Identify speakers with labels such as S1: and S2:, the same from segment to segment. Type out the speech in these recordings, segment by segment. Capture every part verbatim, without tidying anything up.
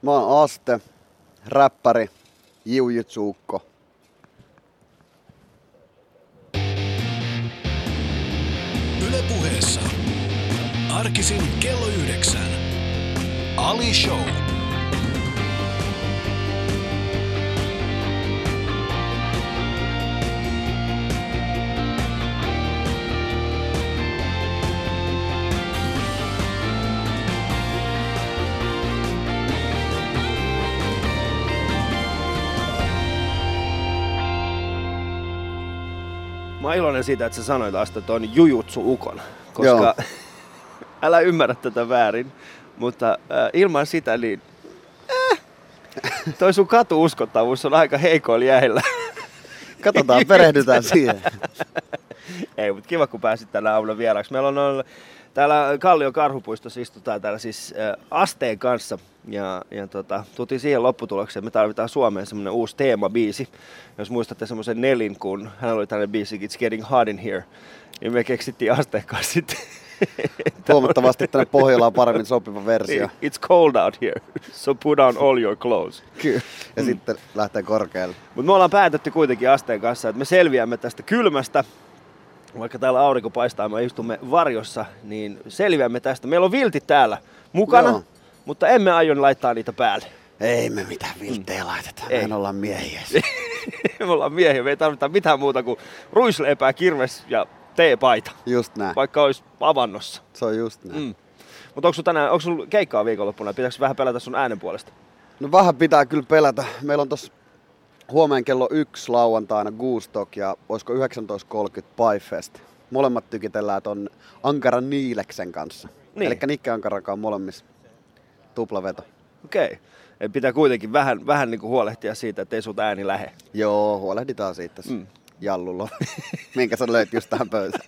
S1: Mä oon Aste, räppäri, jiu-jitsu-ukko.
S2: Yle Puheessa. Arkisin kello yhdeksän. Ali Show.
S3: Mä oon iloinen siitä, että sä sanoit Asta ton jujutsu-ukon, koska
S1: Joo.
S3: älä ymmärrä tätä väärin, mutta äh, ilman sitä niin äh, toi sun katu-uskottavuus on aika heikoilla jäillä.
S1: Katsotaan, perehdytään siihen.
S3: Ei, mutta kiva kun pääsit tänä aamuna vieraaksi. Meillä on ollut, täällä Kallion Karhupuistossa istutaan täällä siis äh, Asteen kanssa ja, ja tota, tultiin siihen lopputulokseen, että me tarvitaan Suomeen semmoinen uusi teemabiisi. Jos muistatte semmoisen Nelin, kun hän oli tällainen biisi It's Getting Hot in Here, niin me keksittiin Asteen kanssa sitten.
S1: Huomattavasti tänne Pohjolaan paremmin sopiva versio.
S3: It's cold out here, so put on all your clothes.
S1: Kyllä. Ja
S3: Mm.
S1: sitten lähtee korkealle.
S3: Mutta me ollaan päätetty kuitenkin Asteen kanssa, että me selviämme tästä kylmästä. Vaikka täällä aurinko paistaa ja me istumme varjossa, niin selviämme tästä. Meillä on viltit täällä mukana,
S1: Joo.
S3: mutta emme aio laittaa niitä päälle.
S1: Ei me mitään vilttejä laiteta.
S3: Ei.
S1: Mehän ollaan miehiä.
S3: Me ollaan miehiä, me ei tarvita mitään muuta kuin ruisleipää, kirves ja teepaita,
S1: Just näin.
S3: vaikka olisi avannossa.
S1: Se on just näin.
S3: Mm. Mutta onko tänään, onko sulla keikkaa viikonloppuna? Pitääkö vähän pelätä sun äänen puolesta?
S1: No vähän pitää kyllä pelätä. Meillä on tossa huomenna kello yksi lauantaina Goostok ja olisiko yhdeksäntoista kolmekymmentä Piefest. Molemmat tykitellään ton Ankaran Niileksen kanssa.
S3: Niin.
S1: Elikkä Nikke Ankarakaan molemmissa tuplaveto.
S3: Okei. Okay. Pitää kuitenkin vähän, vähän niinku huolehtia siitä, että ei sut ääni lähe.
S1: Joo, huolehditaan siitä tässä
S3: Mm.
S1: jallulla, minkä sä löit just tähän pöytään.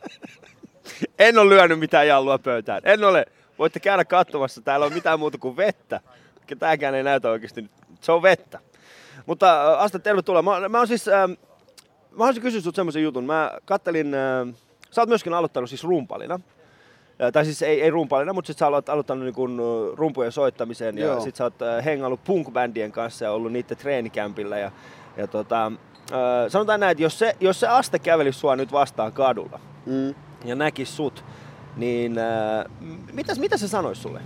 S3: En ole lyönyt mitään jallua pöytään. En ole. Voitte käydä katsomassa. Täällä on mitään muuta kuin vettä. Tääkään ei näytä oikeasti. Se on vettä. Mutta äh, Asta, tervetuloa. Mä, mä oon siis... Äh, mä haluaisin kysyä sut semmoisen jutun. Mä kattelin... Äh, sä oot myöskin aloittanut siis rumpalina. Äh, tai siis ei, ei rumpalina, mutta sit sä oot aloittanut niin kun, uh, rumpujen soittamisen. Ja
S1: Joo.
S3: sit sä oot äh, hengaillut punk-bändien kanssa ja ollut niiden treenikämpillä. Ja, ja tota, äh, sanotaan näin, että jos se, jos se Aste kävelisi sua nyt vastaan kadulla,
S1: Mm.
S3: ja näkis sut, niin äh, mitäs, mitä se sanois sulle?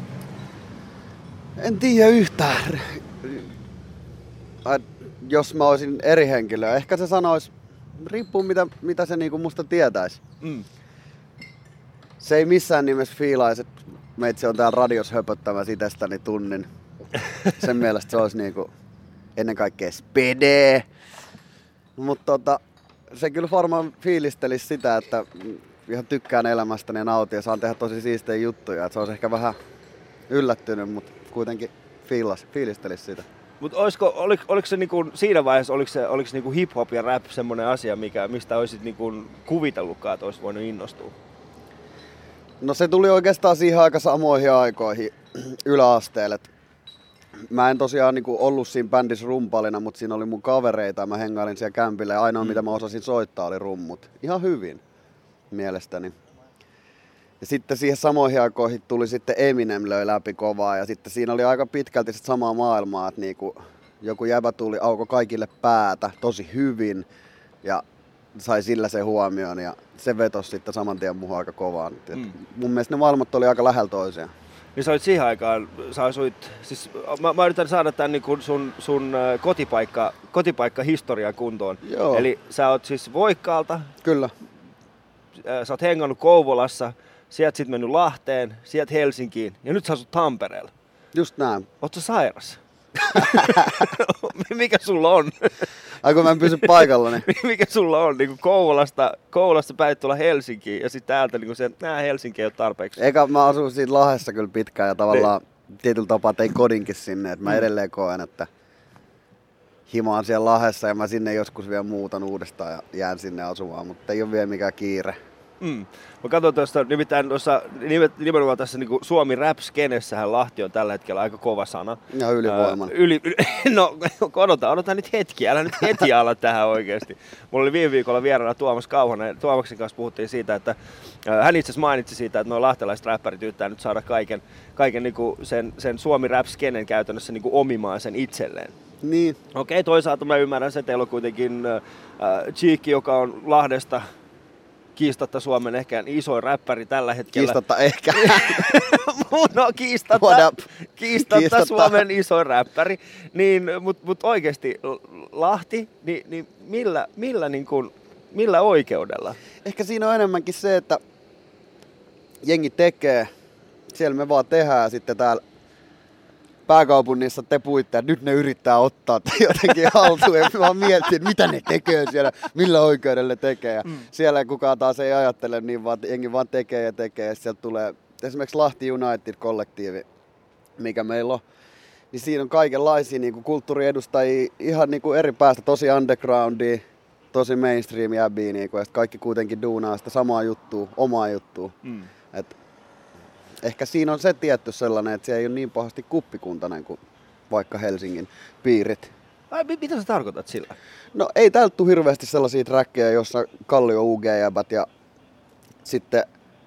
S1: En tiedä yhtään. Ai, jos mä olisin eri henkilö, ehkä se sanois, riippuu mitä, mitä se niinku musta tietäis.
S3: Mm.
S1: Se ei missään nimessä fiilaisi, että meitsi on täällä radiossa höpöttämässä itsestäni tunnin. Sen mielestä se olisi niinku ennen kaikkea spedee. Mutta tota, se kyllä varmaan fiilistelisi sitä, että ihan tykkään elämästäni ja nautin ja saan tehdä tosi siistejä juttuja. Et se olisi ehkä vähän yllättynyt, mutta kuitenkin fiilas, fiilistelisi sitä.
S3: Mut olisiko, olik, oliko se niinku, siinä vaiheessa oliko se, oliko se niinku hip-hop ja rap semmoinen asia, mikä, mistä olisit niinku kuvitellutkaan, että olisit voinut innostua?
S1: No se tuli oikeastaan siihen aika samoihin aikoihin yläasteelle. Mä en tosiaan niinku ollut siinä bändissä rumpalina, mutta siinä oli mun kavereita ja mä hengailin siellä kämpillä ja ainoa mm. mitä mä osasin soittaa oli rummut. Ihan hyvin mielestäni. Ja sitten siihen samoihin aikoihin tuli sitten Eminem löi läpi kovaa ja sitten siinä oli aika pitkälti sit samaa maailmaa, että niinku joku jäbä tuli auko kaikille päätä tosi hyvin ja sai sillä sen huomioon ja se vetosi sitten saman tien muuhun aika kovaan. Mm. Mun mielestä ne maailmat oli aika lähellä toisiaan.
S3: Niin sä olit siihen aikaan, sä asuit, siis mä, mä yritän saada tän niin sun, sun kotipaikka, kotipaikka historiaa kuntoon.
S1: Joo.
S3: Eli sä oot siis Voikkaalta,
S1: Kyllä.
S3: sä oot hengannut Kouvolassa, sieltä sit mennyt Lahteen, sieltä Helsinkiin ja nyt sä asut Tampereella.
S1: Just näin.
S3: Oot sä sairas? Mikä sulla on?
S1: Ai kun mä en pysy paikallani.
S3: Mikä sulla on? Niin Kouvolasta, Kouvolasta päin tulla Helsinkiin ja sitten täältä niin se, että nää Helsinki ei ole tarpeeksi.
S1: Eikä mä asun siinä Lahdessa kyllä pitkään ja tavallaan ne. Tietyllä tapaa tein kodinkin sinne. Että mä mm. edelleen koen, että himo on siellä Lahdessa ja mä sinne joskus vielä muutan uudestaan ja jään sinne asumaan. Mutta ei ole vielä mikään kiire.
S3: Mm. Mä katson tuosta, nimittäin tuossa, nimenomaan tässä niin Suomi rap-skenessähän Lahti on tällä hetkellä aika kova sana.
S1: Ja ylivoiman.
S3: Äh, yli, no odota, odota nyt hetki, älä nyt heti ala tähän oikeasti. Mulla oli viime viikolla vieraana Tuomas Kauhanen, Tuomaksen kanssa puhuttiin siitä, että äh, hän itse asiassa mainitsi siitä, että nuo lahtelaiset räppärit yrittää nyt saada kaiken, kaiken niin kuin sen, sen Suomi rap-skenen käytännössä niin kuin omimaan sen itselleen.
S1: Niin.
S3: Okei, toisaalta mä ymmärrän sen, että teillä on kuitenkin äh, Cheekki, joka on Lahdesta, kiistatta Suomen ehkä isoin räppäri tällä hetkellä.
S1: Kiistatta ehkä.
S3: No kiistatta, kiistatta, kiistatta Suomen isoin räppäri. Niin, mutta mut oikeasti Lahti, niin, niin millä, millä, niin kun, millä oikeudella?
S1: Ehkä siinä on enemmänkin se, että jengi tekee, siellä me vaan tehdään sitten täällä pääkaupungissa te puitte, että nyt ne yrittää ottaa jotenkin haltuun ja vaan miettii, että mitä ne tekee siellä, millä oikeudella ne tekee. Ja mm. siellä kukaan taas ei ajattele niin, vaan jengi vaan tekee ja tekee. Ja sieltä tulee esimerkiksi Lahti United-kollektiivi, mikä meillä on. Niin siinä on kaikenlaisia niin kuin kulttuuriedustajia ihan niin kuin eri päästä, tosi undergroundia, tosi mainstream jäbiä, niin kuin, ja kaikki kuitenkin duunaa sitä samaa juttua, omaa juttua. Mm. Et ehkä siinä on se tietty sellainen, että se ei ole niin pahasti kuppikuntainen kuin vaikka Helsingin piirit.
S3: Ai, mitä sä tarkoitat sillä?
S1: No ei täältä tule hirveästi sellaisia trackeja, jossa Kallio U G-jäbät ja sitten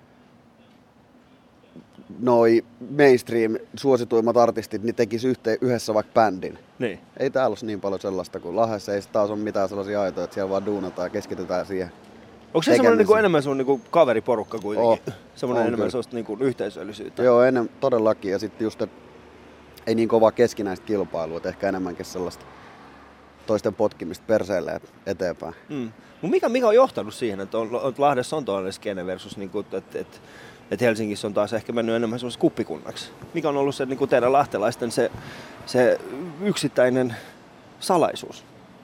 S1: noi mainstream suosituimmat artistit niin tekisi yhteen, yhdessä vaikka bändin.
S3: Niin.
S1: Ei täällä ole niin paljon sellaista kuin Lahdessa, ei taas ole mitään sellaisia aitoja, että siellä vaan duunataan ja keskitytään siihen.
S3: Onko se semmoinen niinku enemmän sun niinku kaveriporukka kuitenkin?
S1: Oh,
S3: semmoinen enemmän sellaista niinku yhteisöllisyyttä?
S1: Joo, ennen, todellakin. Ja sitten just, että ei niin kovaa keskinäistä kilpailua, että ehkä enemmänkin sellaista toisten potkimista perseelle eteenpäin.
S3: Mm. Mikä, mikä on johtanut siihen, että on, on, Lahdessa on tuollainen skene versus, niinku, että et, et Helsingissä on taas ehkä mennyt enemmän semmoisessa kuppikunnaksi? Mikä on ollut se niinku teidän lahtelaisten se, se yksittäinen salaisuus?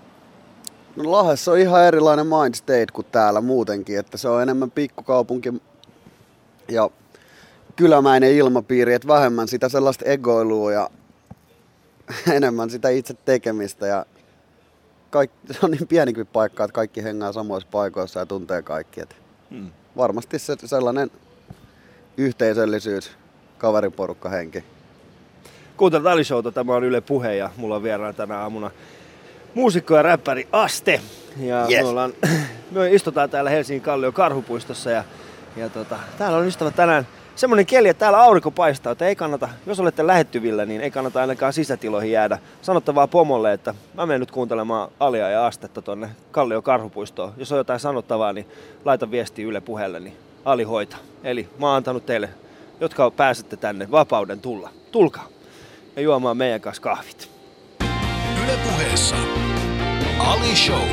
S1: No Lahdessa on ihan erilainen mind state kuin täällä muutenkin, että se on enemmän pikkukaupunki ja kylämäinen ilmapiiri, että vähemmän sitä sellaista egoilua ja enemmän sitä itse tekemistä ja kaikki, se on niin pienikin paikka, että kaikki hengaa samoissa paikoissa ja tuntee kaikki. Että hmm. Varmasti se sellainen yhteisöllisyys, kaveriporukka henki.
S3: Kuuntelut Ali Showta, tämä on Yle Puhe ja mulla on vieraana tänä aamuna muusikko ja räppäri Aste. Ja yes. me, ollaan, me istutaan täällä Helsingin Kallion Karhupuistossa ja, ja tota, täällä on ystävät tänään semmoinen keli, että täällä aurinko paistaa, että ei kannata, jos olette lähettyvillä, niin ei kannata ainakaan sisätiloihin jäädä. Sanotte vaan pomolle, että mä menen nyt kuuntelemaan Alia ja Astetta tonne Kallion Karhupuistoon. Jos on jotain sanottavaa, niin laita viestiä Yle Puheelle, niin Ali hoita. Eli mä oon antanut teille, jotka pääsette tänne, vapauden tulla. Tulkaa ja juomaan meidän kanssa kahvit.
S2: Yle Puheessa Ali Show.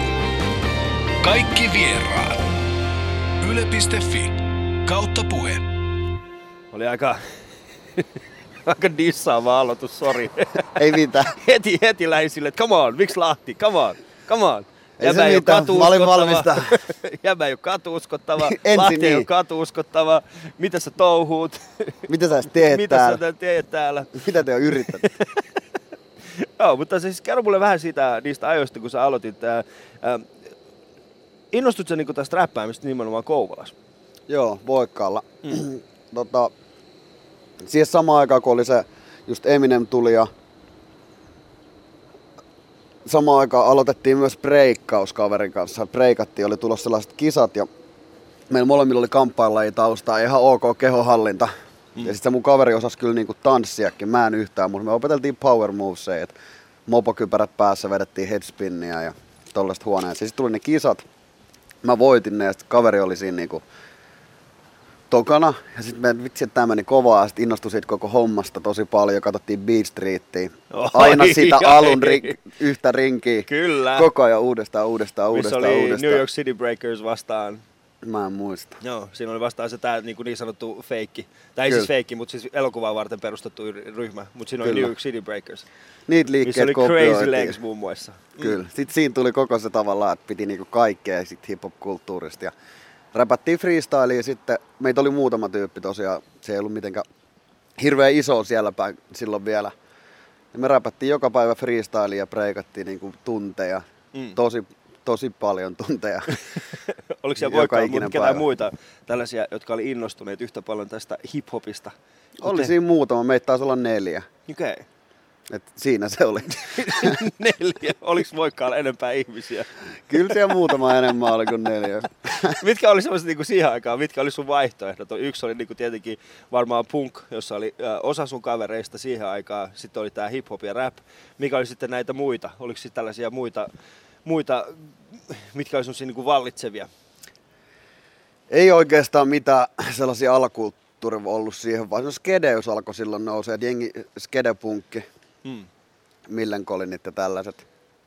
S2: Kaikki vieraat. Yle piste fi kautta puhe.
S3: Oli aika, aika dissaava aloitus, sori.
S1: Ei mitään.
S3: heti, heti lähdin silleen, että come on, miksi Lahti, come on, come on.
S1: Ei se mitään, mä olin valmista.
S3: Jäbä ei ole katuuskottava,
S1: Ensin
S3: Lahti
S1: niin.
S3: ei ole katuuskottava. Mitä sä touhuut?
S1: Mitä sä teet
S3: Mitä
S1: täällä?
S3: Mitä sä teet täällä?
S1: Mitä te on yrittänyt?
S3: Joo, mutta siis kerro mulle vähän siitä, niistä ajoista, kun sä aloitit. Ää, ää, innostut sä niinku tästä räppäämistä nimenomaan Kouvolassa?
S1: Joo, Voikkaalla. Mm. tota, siihen samaan aikaan, kun oli se, just Eminem tuli ja samaan aikaan aloitettiin myös breikkaus kaverin kanssa. Breikattiin, oli tulossa sellaiset kisat ja meillä molemmilla oli kamppailajia taustaa, ihan ok kehohallinta. Mm. Ja sitten mun kaveri osasi kyllä niinku tanssiakin, mä en yhtään, mutta me opeteltiin power movesia, että mopokypärät päässä vedettiin headspinnia ja tollaista huoneessa. Sitten tuli ne kisat, mä voitin ne ja sitten kaveri oli siinä niinku tokana. Ja sitten vitsi, että tää meni kovaa ja sitten innostui siitä koko hommasta tosi paljon, katsottiin Beat Streetia. Aina sitä
S3: Oi,
S1: alun ri- yhtä rinkiä.
S3: Kyllä.
S1: Koko ajan uudestaan, uudestaan, uudestaan,
S3: missä oli
S1: uudestaan.
S3: New York City Breakers vastaan.
S1: Mä en muista.
S3: Joo, siinä oli vastaan se tää niin, niin sanottu feikki. Tai ei siis feikki, mutta siis elokuvaa varten perustettu ryhmä. Mutta siinä oli New York City Breakers.
S1: Niitä liikkeet
S3: missä oli Crazy Legs muun muassa.
S1: Kyllä. Mm. Sitten siinä tuli koko se tavallaan, että piti niinku kaikkea sit hip-hop-kulttuurista. Ja räpättiin freestylea sitten. Meitä oli muutama tyyppi tosiaan. Se ei ollut mitenkään hirveän iso siellä päin silloin vielä. Ja me räpättiin joka päivä freestylea ja breikattiin niinku tunteja. Mm. Tosi tosi paljon tunteja.
S3: Oliko siellä poikaa ketään muita tällaisia, jotka oli innostuneet yhtä paljon tästä hiphopista?
S1: Oli siinä muutama, meitä taisi olla neljä.
S3: Okei. Okay.
S1: Et siinä se oli.
S3: Neljä? Oliko Voikkaalla enempää ihmisiä?
S1: Kyllä siellä muutama enemmän oli kuin neljä.
S3: Mitkä oli sellaiset niin siihen aikaan, mitkä oli sun vaihtoehdot? Yksi oli niin tietenkin varmaan punk, jossa oli ö, osa sun kavereista siihen aikaan. Sitten oli tää hip-hop ja rap. Mikä oli sitten näitä muita? Oliko sitten tällaisia muita, muita mitkä oli semmosia niin vallitsevia?
S1: Ei oikeastaan mitään sellaisia alakulttuuria ollut siihen, vaan se skedeys alkoi silloin nousee. Jengi skedepunkki. Hmm. Millencolinit ja tällaiset.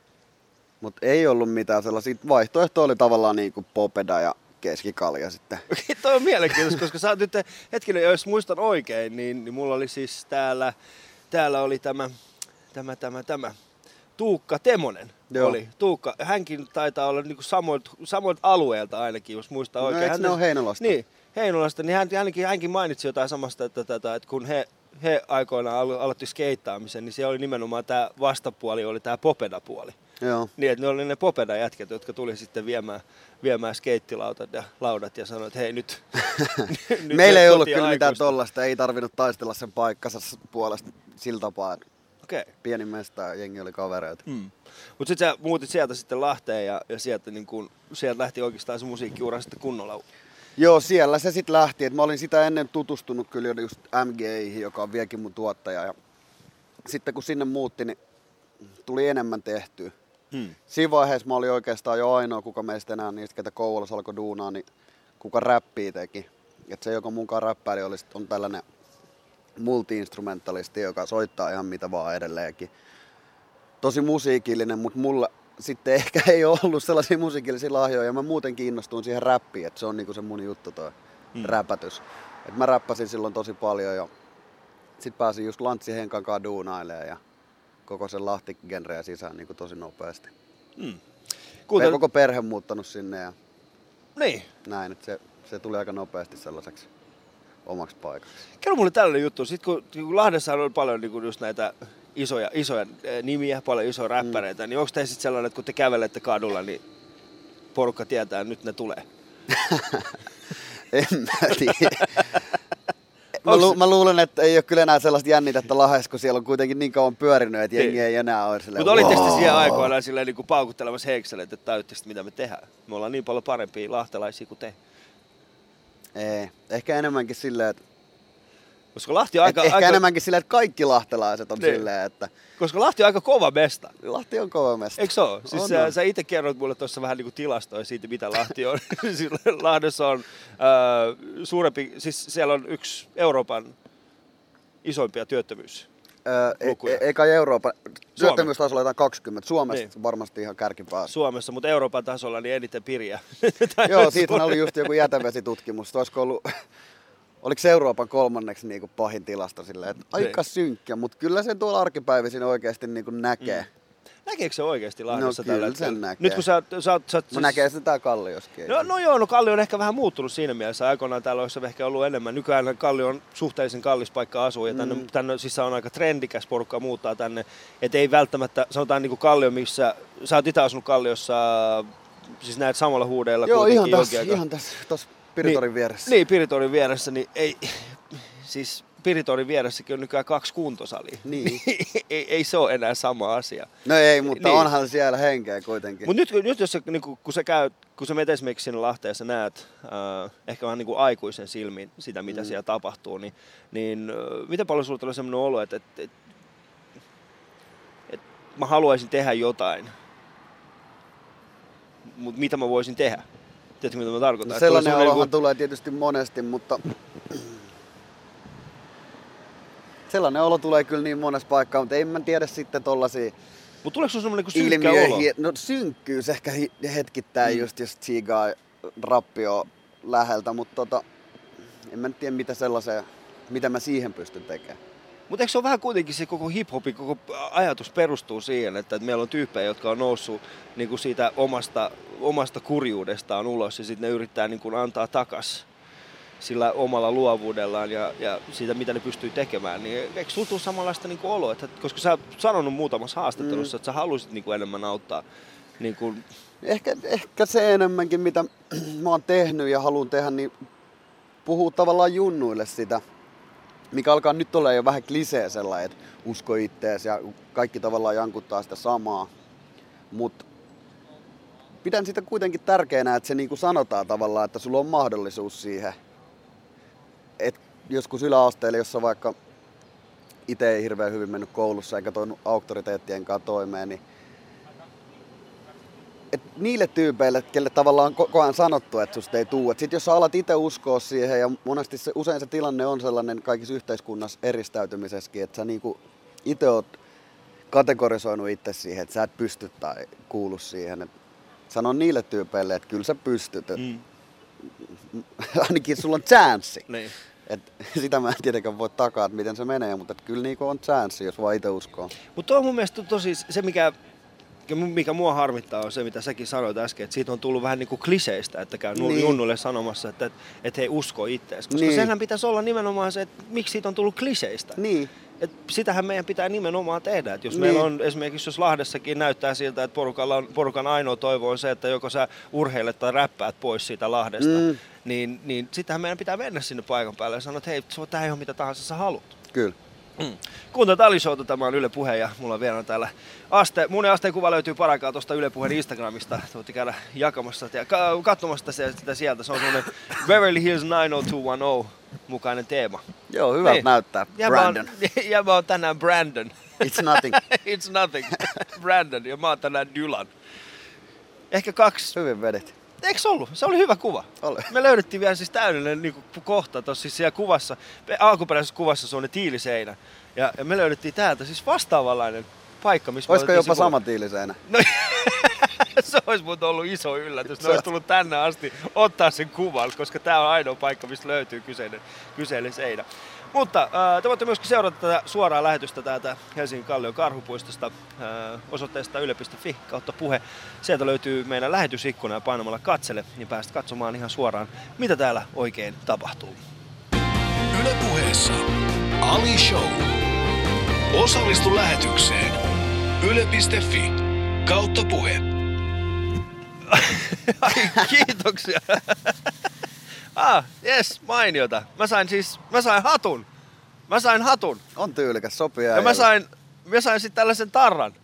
S1: Mutta ei ollut mitään sellaisia. Vaihtoehto oli tavallaan niinku Popeda ja Keskikalja sitten.
S3: Okei, toi on mielenkiintoista, koska sä oot nyt hetkinen, jos muistan oikein, niin, niin mulla oli siis täällä, täällä oli tämä, tämä, tämä, tämä Tuukka Temonen.
S1: Joo.
S3: Oli. Tuukka, hänkin taitaa olla niinku samoilta, samoilta alueelta ainakin, jos muistaa
S1: no,
S3: oikein.
S1: Hän ne on Heinolasta?
S3: Niin, Heinolasta, niin hän, hänkin, hänkin mainitsi jotain samasta, että, että, että, että kun he he aikoinaan alo- aloitti skeittaamisen, niin siellä oli nimenomaan tämä vastapuoli, oli tämä Popeda-puoli.
S1: Joo.
S3: Niin, että ne oli ne Popeda-jätkät, jotka tuli sitten viemään, viemään skeittilaudat ja laudat ja sanoi, että hei nyt... nyt
S1: meillä ei ollut kyllä
S3: aikuista.
S1: mitään tollasta, ei tarvinnut taistella sen paikkansa puolesta sillä tapaa.
S3: Okay.
S1: Pieni mesta ja jengi oli kavereita.
S3: Hmm. Mutta sitten sä muutit sieltä sitten Lahteen ja, ja sieltä, niin kun, sieltä lähti oikeastaan se musiikkiura sitten kunnolla.
S1: Joo, siellä se sitten lähti. Et mä olin sitä ennen tutustunut kyllä just M G Ihin, joka on vieläkin mun tuottaja. Ja sitten kun sinne muutti, niin tuli enemmän tehtyä. Hmm. Siinä vaiheessa mä olin oikeastaan jo ainoa, kuka meistä enää niistä, ketä koulussa alkoi duunaa, niin kuka räppiä teki. Et se, joka munkaan räppäili, oli, on tällainen multi-instrumentalisti, joka soittaa ihan mitä vaan edelleenkin. Tosi musiikillinen, mutta mulla sitten ehkä ei ole ollut sellaisia musiikillisia lahjoja, ja mä muutenkin innostuin siihen räppiin, että se on niinku se mun juttu toi hmm. räpätys. Et mä räppäsin silloin tosi paljon ja sit pääsin just Lantsi Henkan kanssa duunailemaan ja koko sen Lahti-genreä sisään niinku tosi nopeasti. Hmm. Kuutel... Koko perhe muuttanut sinne ja
S3: niin.
S1: Näin, että se, se tuli aika nopeasti sellaiseksi omaksi paikaksi.
S3: Kerro mulle tällainen juttu, sit kun, kun Lahdessa on paljon niin just näitä isoja, isoja nimiä, paljon isoja räppäreitä, mm. niin onko te sitten sellainen, että kun te kävelette kadulla, niin porukka tietää, että nyt ne tulee?
S1: En mä tiedä. Mä, lu- mä luulen, että ei ole kyllä enää sellaista jännitettä Lahdessa, kun siellä on kuitenkin niin kauan pyörinyt, että jengi ei enää ole silleen.
S3: Mutta olitte sitten siihen aikoinaan silleen niin kuin paukuttelemassa heikseleitä, että tajuttiin, mitä me tehdään. Me ollaan niin paljon parempia lahtelaisia kuin te.
S1: Ei, ehkä enemmänkin silleen, että
S3: koska Lahti on aika,
S1: ehkä
S3: aika...
S1: enemmänkin silleen, että kaikki lahtelaiset on niin. Silleen, että
S3: koska Lahti on aika kova mesta.
S1: Lahti on kova mesta.
S3: Eikö se ole? Siis
S1: on,
S3: sä,
S1: on.
S3: sä itse kerroit mulle tuossa vähän niin kuin tilastoja siitä, mitä Lahti on. Lahdessa on äh, suurempi, siis siellä on yksi Euroopan isoimpia työttömyys.
S1: Öö, e- eikä Euroopan, työttömyystasolla jotain kaksikymmentä, Suomessa niin. Varmasti ihan kärkipäässä.
S3: Suomessa, mutta Euroopan tasolla niin eniten piriä.
S1: Joo, siitähän oli just joku jätevesitutkimus, olisiko ollut, oliko se Euroopan kolmanneksi niin kuin pahin tilasto silleen, että aika niin. Synkkä, mutta kyllä se tuolla arkipäivisin oikeasti niin kuin näkee. Mm.
S3: Näkeekö se oikeasti Lahdessa
S1: no,
S3: tällä
S1: hetkellä? Sen näkee.
S3: Nyt kun sä, sä, sä, sä
S1: Mä siis... näkee sitä tää Kallioskin.
S3: No, no joo, no Kallio on ehkä vähän muuttunut siinä mielessä. Aikoinaan täällä olisi ehkä ollut enemmän. Nykyään Kallio on suhteellisen kallis paikka asua ja tänne, mm. tänne siis on aika trendikäs porukka muuttaa tänne. Et ei välttämättä, sanotaan niin kuin Kallio, missä sä oot itse asunut Kalliossa, siis näet samalla huudeilla.
S1: Joo, ihan tässä, ihan tässä, tässä Piritorin
S3: niin,
S1: vieressä.
S3: Niin, Piritorin vieressä, niin ei, siis Piritorin vieressäkin on nykyään kaksi kuntosalia.
S1: Niin.
S3: ei, ei se ole enää sama asia.
S1: No ei, mutta
S3: niin.
S1: Onhan siellä henkeä kuitenkin.
S3: Mutta nyt, nyt jos sä, niin kun sä käyt, kun sä menet esimerkiksi sinne Lahteen ja sä näet äh, ehkä vähän niin kuin aikuisen silmin sitä, mitä mm. siellä tapahtuu, niin, niin äh, miten paljon sulla tulee sellainen olo, että, että, että, että mä haluaisin tehdä jotain, mutta mitä mä voisin tehdä? Tiedätkö, mitä mä tarkoitan?
S1: No sellainen olohan
S3: niin kuin...
S1: tulee tietysti monesti, mutta sellainen olo tulee kyllä niin monessa paikkaa, mutta en mä tiedä sitten tollasia
S3: Mutta tuleeko sulla semmoinen niin synkkä olo?
S1: No synkkyys ehkä hetkittäin mm. just, jos tsiigaa rappio läheltä, mutta tota, en mä tiedä mitä sellaiseen, mitä mä siihen pystyn tekemään.
S3: Mutta eikö se ole vähän kuitenkin se koko hip-hopin koko ajatus perustuu siihen, että, että meillä on tyyppejä, jotka on noussut niin kuin siitä omasta, omasta kurjuudestaan ulos ja sitten ne yrittää niin kuin antaa takas sillä omalla luovuudellaan ja, ja siitä, mitä ne pystyy tekemään, niin eikö sulla tule samanlaista niin kuin oloa? Että, koska sä oot sanonut muutamassa haastattelussa, mm. että sä haluaisit niin kuin enemmän auttaa, niin kuin...
S1: Ehkä, ehkä se enemmänkin, mitä mä oon tehnyt ja haluan tehdä, niin puhuu tavallaan junnuille sitä, mikä alkaa nyt olla jo vähän klisee sellainen, että usko ittees ja kaikki tavallaan jankuttaa sitä samaa. Mutta pidän sitä kuitenkin tärkeänä, että se niinku sanotaan tavallaan, että sulla on mahdollisuus siihen. Et joskus yläasteella, jossa vaikka itse ei hirveän hyvin mennyt koulussa eikä toinut auktoriteettien kanssa toimeen, niin et niille tyypeille, kelle tavallaan on koko ajan sanottu, että susta ei tuu. Et sit jos sä alat itse uskoa siihen, ja monesti se, usein se tilanne on sellainen kaikissa yhteiskunnassa eristäytymisessäkin, että sä niinku itse oot kategorisoinut itse siihen, että sä et pysty tai kuulu siihen. Et sano niille tyypeille, että kyllä sä pystyt. Et mm. Ainakin sulla on chanssi.
S3: Niin.
S1: Et sitä mä en tietenkään voi takaa, että miten se menee, mutta kyllä niinku on chanssi, jos vaan itse uskoo.
S3: Mutta on mun mielestä tosi se, mikä, mikä mua harmittaa, on se, mitä säkin sanoit äsken, että siitä on tullut vähän niin kuin kliseistä, että käy niin. junnulle sanomassa, että, että he uskoo itseäsi. Koska niin. senhän pitäisi olla nimenomaan se, että miksi siitä on tullut kliseistä.
S1: Niin.
S3: Et sitähän meidän pitää nimenomaan tehdä. Et jos niin. meillä on esimerkiksi, jos Lahdessakin näyttää siltä, että porukalla on, porukan ainoa toivo on se, että joko sä urheilet tai räppäät pois siitä Lahdesta, mm. niin, niin sitähän meidän pitää mennä sinne paikan päälle ja sanoa, että hei, tää ei ole mitä tahansa sä haluat.
S1: Kyllä.
S3: Mm. Kuuntelut Ali Showta, tämä on Yle Puhe ja mulla on vielä täällä Aste. Mun Asteen kuva löytyy paraikaa tuosta Yle Puheen Instagramista. Voitte käydä jakamassa ja katsomassa sitä sieltä. Se on semmonen Beverly Hills nine oh two one oh mukainen teema.
S1: Joo, hyvältä niin. näyttää. Brandon.
S3: Ja mä oon tänään Brandon.
S1: It's nothing.
S3: It's nothing. Brandon ja mä oon tänään Dylan. Ehkä kaksi.
S1: Hyvin vedit.
S3: Eikö se ollut? Se oli hyvä kuva.
S1: Oli.
S3: Me löydettiin vielä siis täydellinen niin kuin, kohta tuossa siis siellä kuvassa. Alkuperäisessä kuvassa se on ne tiiliseinä. Ja, ja me löydettiin täältä siis vastaavanlainen paikka, missä
S1: olisiko jopa
S3: sivuun.
S1: sama tiiliseinä?
S3: No, se olisi muuten ollut iso yllätys. Ne olisi tullut tänne asti ottaa sen kuvan, koska tämä on ainoa paikka, mistä löytyy kyseinen, kyseinen seinä. Mutta äh, te voitte myöskin seurata tätä suoraa lähetystä täältä Helsingin Kallion Karhupuistosta äh, osoitteesta yle piste fi kautta puhe. Sieltä löytyy meidän lähetysikkuna ja painamalla katsele, niin pääset katsomaan ihan suoraan, mitä täällä oikein tapahtuu.
S2: Yle Puheessa Ali Show. Osallistu lähetykseen yle piste fi kautta puhe.
S3: Kiitoksia. Ah, jes, mainiota. Mä sain siis, mä sain hatun. Mä sain hatun.
S1: On tyylikäs, sopii.
S3: Ja mä sain, mä sain sitten tällaisen tarran.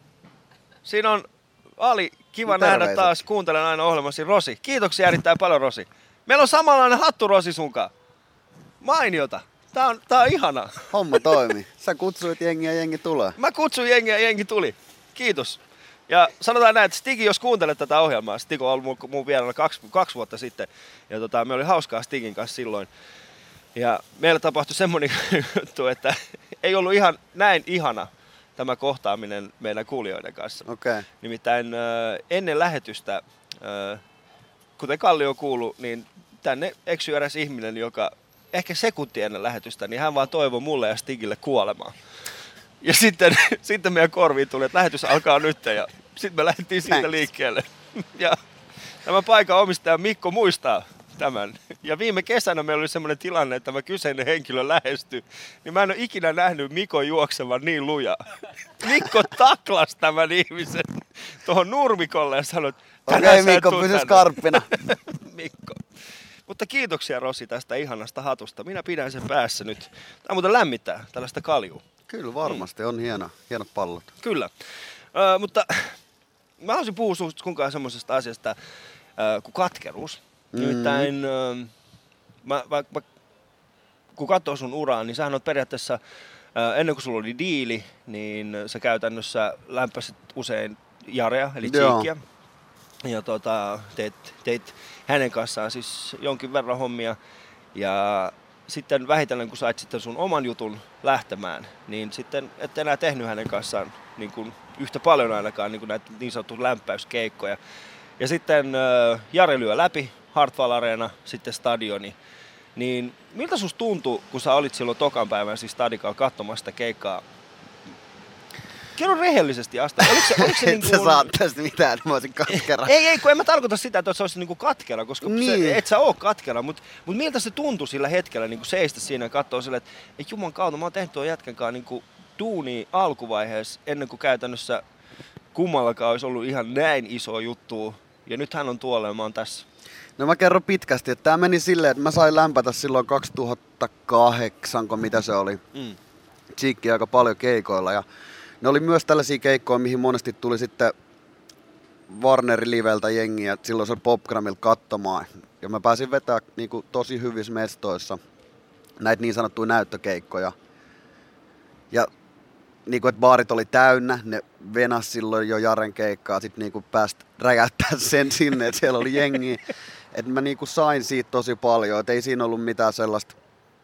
S3: Siinä on, Ali, kiva
S1: Terveiset.
S3: nähdä taas. Kuuntelen aina ohjelmasi. Rosi, kiitoksia erittäin paljon, Rosi. Meillä on samanlainen hattu, Rosi, sunkaan. Mainiota. Tää on, tää on ihana.
S1: Homma toimii. Sä kutsuit jengiä ja jengi tulee.
S3: Mä kutsuin jengiä ja jengi tuli. Kiitos. Ja sanotaan näin, että Stigi, jos kuuntelet tätä ohjelmaa, Stig on ollut mun, mun vieraana kaksi, kaksi vuotta sitten. Ja tota, me oli hauskaa Stigin kanssa silloin. Ja meillä tapahtui semmoinen juttu, että ei ollut ihan näin ihana tämä kohtaaminen meidän kuulijoiden kanssa.
S1: Okay.
S3: Nimittäin äh, ennen lähetystä, äh, kuten Kallio kuului, niin tänne eksyi eräs ihminen, joka ehkä sekunti ennen lähetystä, niin hän vaan toivoi mulle ja Stigille kuolemaa. Ja sitten, sitten meidän korviin tuli, että lähetys alkaa nyt ja sitten me lähdettiin siitä
S1: Thanks.
S3: liikkeelle. Ja tämä paikan omistaja Mikko muistaa tämän. Ja viime kesänä meillä oli semmoinen tilanne, että tämä kyseinen henkilö lähestyi, niin mä en ole ikinä nähnyt Mikon juoksevan niin lujaa. Mikko taklasi tämän ihmisen tuohon nurmikolle ja sanoi, että
S1: okei, okay, Mikko, pysy skarppina.
S3: Mikko. Mutta kiitoksia, Rosi, tästä ihanasta hatusta. Minä pidän sen päässä nyt. Tämä muuten lämmittää tällaista kaljua.
S1: Kyllä varmasti, on hieno, hienot pallot.
S3: Kyllä, ö, mutta mä haluaisin puhua sunkaan semmoisesta asiasta ö, kuin katkeruus. Mm. Nimittäin ö, mä, mä, mä, kun katsoo sun uraa, niin sähän oot periaatteessa, ö, ennen kuin sulla oli diili, niin sä käytännössä lämpäsit usein Jarea, eli Cheekia. Ja tota, teit, teit hänen kanssaan siis jonkin verran hommia. Ja sitten vähitellen, kun sait sitten sun oman jutun lähtemään, niin sitten et enää tehnyt hänen kanssaan niin kuin yhtä paljon ainakaan niin kuin näitä niin sanottuja lämpäyskeikkoja. Ja sitten äh, Jare lyö läpi, Hartwall Arena, sitten stadioni. Niin miltä susta tuntui, kun sä olit silloin tokan päivän siis stadikalla katsomassa sitä keikkaa? Kerro rehellisesti, Asta. Oliko se, oliko se
S1: et
S3: niin
S1: sä
S3: kuin...
S1: saat tästä mitään, että mä olisin katkera.
S3: Ei, ei, kun en mä tarkoita sitä, että se olisi niin kuin katkera, koska
S1: niin.
S3: se, et sä oo katkera, mutta mut miltä se tuntui sillä hetkellä niin kuin seistä siinä ja katsoa sille, että et juman kautta, mä oon tehnyt tuon jätkän kanssa niin kuin duunia alkuvaiheessa ennen kuin käytännössä kummallakaan olisi ollut ihan näin iso juttu. Ja nyt hän on tuolla ja mä oon tässä.
S1: No mä kerron pitkästi, että tää meni silleen, että mä sain lämpätä silloin kaksituhattakahdeksan, kun mitä se oli.
S3: Mm.
S1: Cheekki aika paljon keikoilla ja ne oli myös tällaisia keikkoja, mihin monesti tuli sitten Warnerin liveltä jengiä, silloin se oli Popgramilla katsomaan. Ja mä pääsin vetää niinku tosi hyvissä mestoissa näitä niin sanottuja näyttökeikkoja. Ja niinku, että baarit oli täynnä, ne venas silloin jo Jaren keikkaa, sit niinku päästä räjäyttää sen sinne, että siellä oli jengiä. Että mä niinku sain siitä tosi paljon, että ei siinä ollut mitään sellaista,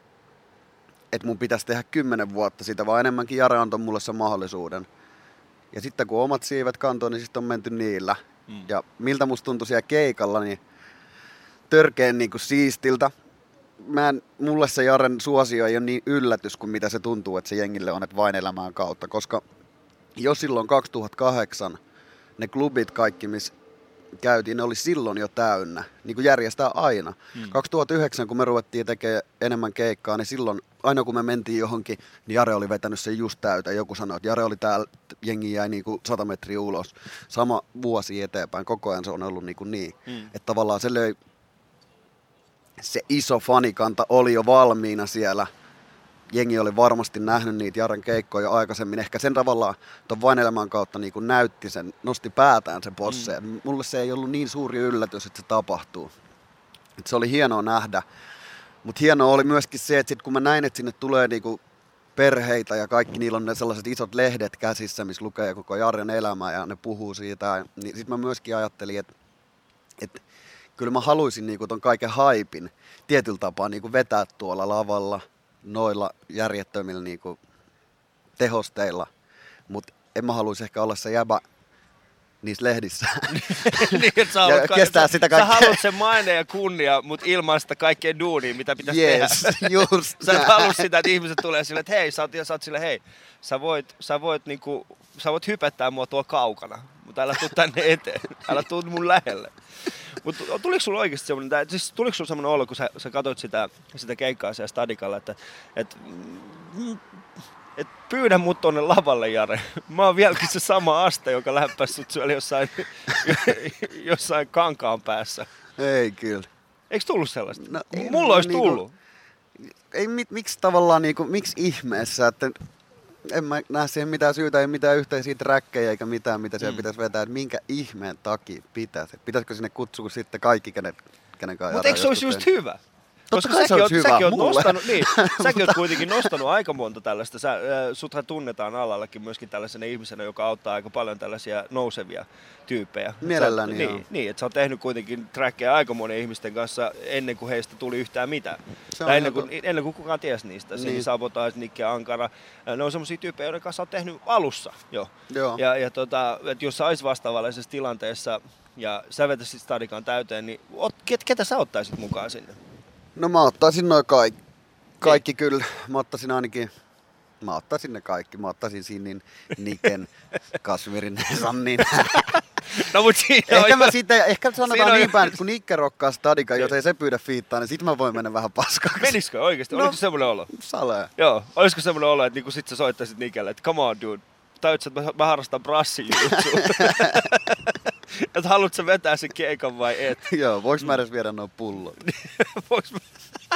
S1: että mun pitäisi tehdä kymmenen vuotta sitä, vaan enemmänkin Jare antoi mulle sen mahdollisuuden. Ja sitten kun omat siivet kantoi, niin sitten on menty niillä. Mm. Ja miltä musta tuntui siellä keikalla, niin törkeen niinku siistiltä. Mä en, mulle se Jaren suosio ei ole niin yllätys kuin mitä se tuntuu, että se jengille on, että vain elämään kautta. Koska jo silloin kaksituhattakahdeksan ne klubit kaikki, missä käytiin, ne oli silloin jo täynnä. Niin kuin järjestää aina. Mm. kaksituhattayhdeksän, kun me ruvettiin tekemään enemmän keikkaa, niin silloin aina kun me mentiin johonkin, niin Jare oli vetänyt sen just täyteen. Joku sanoi, että Jare oli täällä, jengi jäi niin kuin sata metriä ulos. Sama vuosi eteenpäin, koko ajan se on ollut niin. Kuin niin. Mm. Että tavallaan se löi, se iso fanikanta oli jo valmiina siellä. Jengi oli varmasti nähnyt niitä Jaren keikkoja aikaisemmin. Ehkä sen tavallaan ton Vain elämän kautta niin kuin näytti sen, nosti päätään se posse. Mm. Mulle se ei ollut niin suuri yllätys, että se tapahtuu. Et se oli hienoa nähdä. Mutta hienoa oli myöskin se, että sit kun mä näin, että sinne tulee niinku perheitä ja kaikki, niillä on ne sellaiset isot lehdet käsissä, missä lukee koko Jaren elämää ja ne puhuu siitä. Niin sit mä myöskin ajattelin, että, että kyllä mä haluaisin niinku ton kaiken haipin tietyllä tapaa niinku vetää tuolla lavalla noilla järjettömillä niinku tehosteilla. Mutta en mä haluaisi ehkä olla se jäbä niissä lehdissä.
S3: Niin, että sä, haluat,
S1: kestää
S3: sä,
S1: sitä
S3: sä haluat sen maine ja kunnia, mutta ilman sitä kaikkea duunia, mitä pitäisi
S1: yes,
S3: tehdä.
S1: Just
S3: sä et halua sitä, että ihmiset tulee silleen, että hei, sä oot, sä oot silleen, hei, sä voit, sä voit, niinku, sä voit hypettää mua tuolla kaukana, mutta älä tuu tänne eteen, älä tuu mun lähelle. Mutta tuliko sulla oikeasti semmoinen, siis tuliko sulla semmoinen olo, kun sä, sä katsoit sitä, sitä keikkaa siellä Stadikalla, että et, et pyydä mut tonne lavalle, Jare. Mä oon vieläkin se sama aste, joka läppäsi sut siellä jossain, jossain kankaan päässä.
S1: Ei kyllä.
S3: Eikö tullut sellaista?
S1: No,
S3: Mulla olisi
S1: niinku,
S3: tullut.
S1: Ei, mit, miksi tavallaan, niinku, miksi ihmeessä, että en mä näe siihen mitään syytä, ei mitään yhteisiä träkkejä eikä mitään, mitä siellä mm. pitäisi vetää, että minkä ihmeen takia pitäisi. Pitäisikö sinne kutsua sitten kaikki, kenen, kenen kanssa.
S3: Mutta eikö se olisi just tehnyt? Hyvä?
S1: Totta
S3: Koska
S1: kai se olisi hyvä
S3: säkin oot
S1: mulle.
S3: nostanut, niin, säkin oot kuitenkin nostanut aika monta tällaista. Sä, äh, suthan tunnetaan alallakin myöskin tällaisena ihmisenä, joka auttaa aika paljon tällaisia nousevia tyyppejä.
S1: Mielelläni,
S3: sä,
S1: joo.
S3: Niin, niin, että sä oot tehnyt kuitenkin trackeja aika monen ihmisten kanssa ennen kuin heistä tuli yhtään mitään. Tai ennen kuin, ennen kuin kukaan tiesi niistä. Niin. Sini Sabotage, Nikke Ankara. Ne on semmosia tyyppejä, joiden kanssa oot tehnyt alussa jo.
S1: Joo.
S3: Ja, ja tota, että jos sä ois vastaavallisessa tilanteessa ja sä vetäisit Stadikan täyteen, niin ot, ket, ketä sä ottaisit mukaan sinne?
S1: No mä ottaisin noin kaikki. Kaikki kyllä. Mä ottaisin ainakin, mä ottaisin ne kaikki. Mä ottaisin Sinin, Niken, Kasmirin, Sannin.
S3: No mut siinä
S1: ehkä
S3: on
S1: mä
S3: jo...
S1: sitten, ehkä sanotaan
S3: on
S1: niin
S3: jo...
S1: päin, että kun Nikke rokkaa Stadika, jos ei se pyydä fiittaa, niin sit mä voin mennä vähän paskaksi.
S3: Menisikö oikeesti?
S1: No,
S3: Oliko semmoinen olo?
S1: Salee.
S3: Joo. Olisiko semmoinen olo, että niinku sit sä soittaisit Nikelle, että come on dude, tajut sä, että mä, mä harrastan brassijutsuun. Että haluat sä vetää sen keikan vai et?
S1: Joo, voiks mä edes viedä noin pullot?
S3: Voiks mä...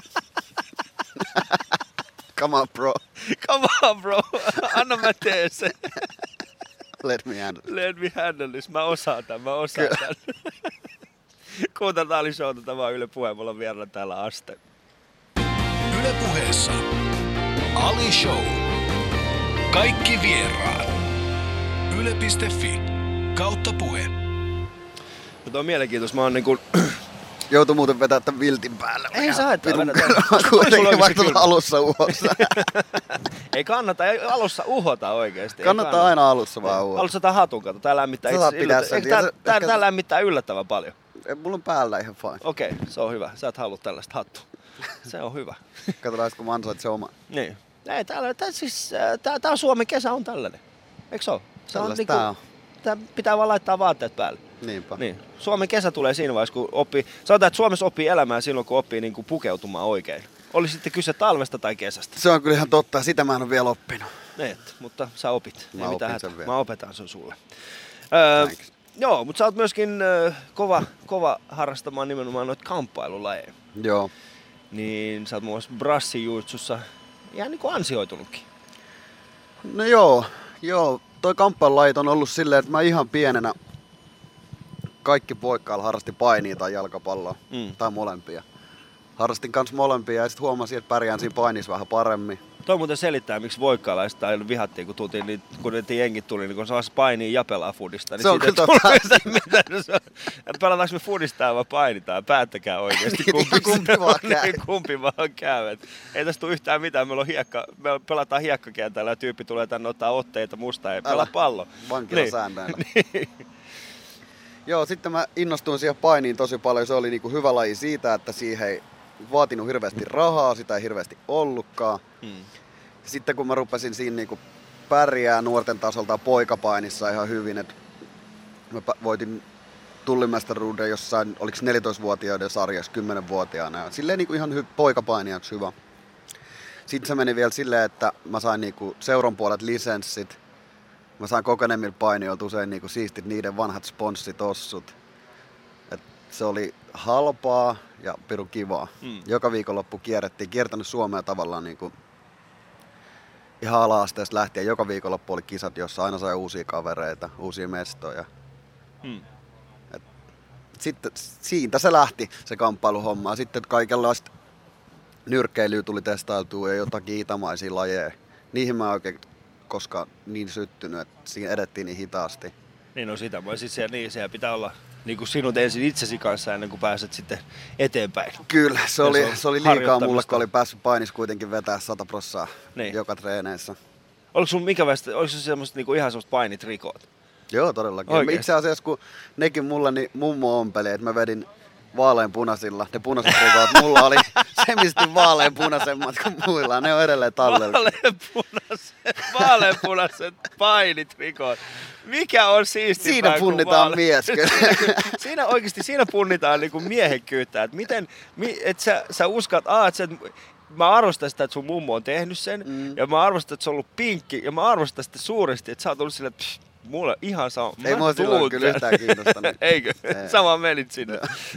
S1: Come on bro.
S3: Come on bro, anna mä teen sen.
S1: Let me handle.
S3: Let me handle this. Mä osaan tän, mä osaan
S1: Kyllä.
S3: tän. Kuunteltaan Ali Showta, tämä on Yle Puhe, mulla on vieraana täällä Aste.
S2: Yle Puheessa Ali Show. Kaikki vieraat. Yle piste fi kautta puhe.
S3: Mutta on mielenkiintoista, mä oon niinku...
S1: Joutu muuten vetää tämän viltin päälle.
S3: Ei saa, että
S1: Vitun
S3: vedetään.
S1: kylmä kuitenkin, vaikka tulla alussa uhossa.
S3: Ei kannata, ei alussa uhota oikeesti.
S1: Kannattaa aina alussa vaan uhoa.
S3: Alussa tää hatun kato, tää lämmittää
S1: Sä saat
S3: itse-
S1: pitää
S3: yllätä-
S1: sen.
S3: Eikö
S1: Ja
S3: tää,
S1: se-
S3: tää,
S1: ehkä-
S3: tää lämmittää yllättävän paljon.
S1: Mulla on päällä ihan fine.
S3: Okei, okay, se on hyvä. Sä et halua tällaista hattua. Se on hyvä.
S1: Katsotaan, kun mä ansaitsen oma.
S3: Niin. Ei, täällä, tää, siis, äh, tää, tää Suomen kesä on tällainen. Eikö se ole? Se on
S1: Tällaista tää on.
S3: Tää pitää vaan laittaa vaatteet päälle.
S1: Niinpä.
S3: Niin. Suomen kesä tulee siinä vaiheessa, kun oppii... Sanotaan, että Suomessa oppii elämää silloin, kun oppii niin kuin pukeutumaan oikein. Oli sitten kyse talvesta tai kesästä.
S1: Se on kyllä ihan totta. Sitä mä en ole vielä oppinut.
S3: Et, mutta sä opit.
S1: Mä
S3: Ei mitään
S1: opin sen
S3: hätää.
S1: vielä.
S3: Mä opetan sen sulle. Öö,
S1: Thanks.
S3: joo, mutta sä oot myöskin ö, kova, kova harrastamaan nimenomaan noita kamppailulajeja.
S1: Joo.
S3: Niin sä oot muun muassa brassijuitsussa ihan niinku ansioitunutkin.
S1: No joo, joo. Toi kamppailulajit on ollut silleen, että mä ihan pienenä kaikki poikkailla harrasti painia tai jalkapalloa.
S3: Mm.
S1: Tai molempia. Harrastin kans molempia ja sit huomasin, että pärjään siinä painissa vähän paremmin.
S3: Toi muuten selittää, miksi voikkaalaista aina vihattiin, kun, tultiin, niin, kun ne jengit tuli, niin kun se painii ja pelaa foodista. Niin
S1: se on kyllä
S3: totta. Pelataanko me foodistaa vai painitaan? Päättäkää oikeasti, kumpi,
S1: kumpi vaan käy.
S3: Niin, kumpi vaan käy. Et ei tästä tule yhtään mitään. Meillä on hiekka, me pelataan hiekkakentällä ja tyyppi tulee tänne ottaa otteita musta ja pelaa pallo.
S1: Vankilasäännöillä. Niin. Joo, sitten mä innostuin siihen painiin tosi paljon. Se oli niinku hyvä laji siitä, että siihen ei vaatinut hirveästi rahaa, sitä ei hirveästi ollutkaan. Hmm. Sitten kun mä rupesin siinä niinku pärjää nuorten tasolta poikapainissa ihan hyvin, että mä voitin tullimestaruuden jossain, oliko neljätoistavuotiaiden sarjassa kymmenvuotiaana. Silleen niinku ihan hy- poikapainijaksi hyvä. Sitten se meni vielä silleen, että mä sain niinku seuran puolet lisenssit. Mä sain kokeneemmilla painijoilta usein niinku siistit niiden vanhat sponssitossut. Et se oli halpaa ja pirun kivaa. Mm. Joka viikonloppu kierrettiin, kiertänyt Suomea tavallaan niinku ihan ala-asteesta lähtien. Joka viikonloppu oli kisat, jossa aina sai uusia kavereita, uusia mestoja. Mm. Et sitten siitä se lähti, se kamppailuhomma. Sitten kaikenlaista nyrkkeilyä tuli testailtua ja jotakin itamaisia lajeja. Niihin mä oikein koskaan niin syttynyt, että siinä edettiin niin hitaasti.
S3: Niin no sitä, mä siis siellä, niin, siellä pitää olla niin kuin sinut ensin itsesi kanssa ennen kuin pääset sitten eteenpäin.
S1: Kyllä, se oli,
S3: se on
S1: se oli liikaa mulle, kun oli päässyt painissa kuitenkin vetää sata prossaa niin. Joka treeneissä.
S3: Oliko sun mikä västä, oliko se semmoista niinku ihan semmoista painitrikoot?
S1: Joo, todellakin. Itse asiassa kun nekin mulla niin mummo ompeli, että mä vedin vaaleanpunaisilla. Ne punaiset rikoot mulla oli semisti vaaleanpunaisemmat kuin muilla. Ne on edelleen tallella.
S3: Vaaleanpunaiset, vaaleanpunaiset painitrikoot. Mikä on siistimpää
S1: siinä punnitaan vaale- mies kyllä.
S3: Siinä oikeasti siinä punnitaan niinku miehekkyyttä. Että miten, et sä, sä uskat, aa, että sä, mä arvostan sitä, että sun mummo on tehnyt sen. Mm. Ja mä arvostan, että se on ollut pinkki. Ja mä arvostan sitä suuresti, että sä oot ollut silleen, että mulle ihan sama.
S1: Ei mua silloin kyllä yhtään kiinnostanut.
S3: Eikö? Ei. Sama menit sinne.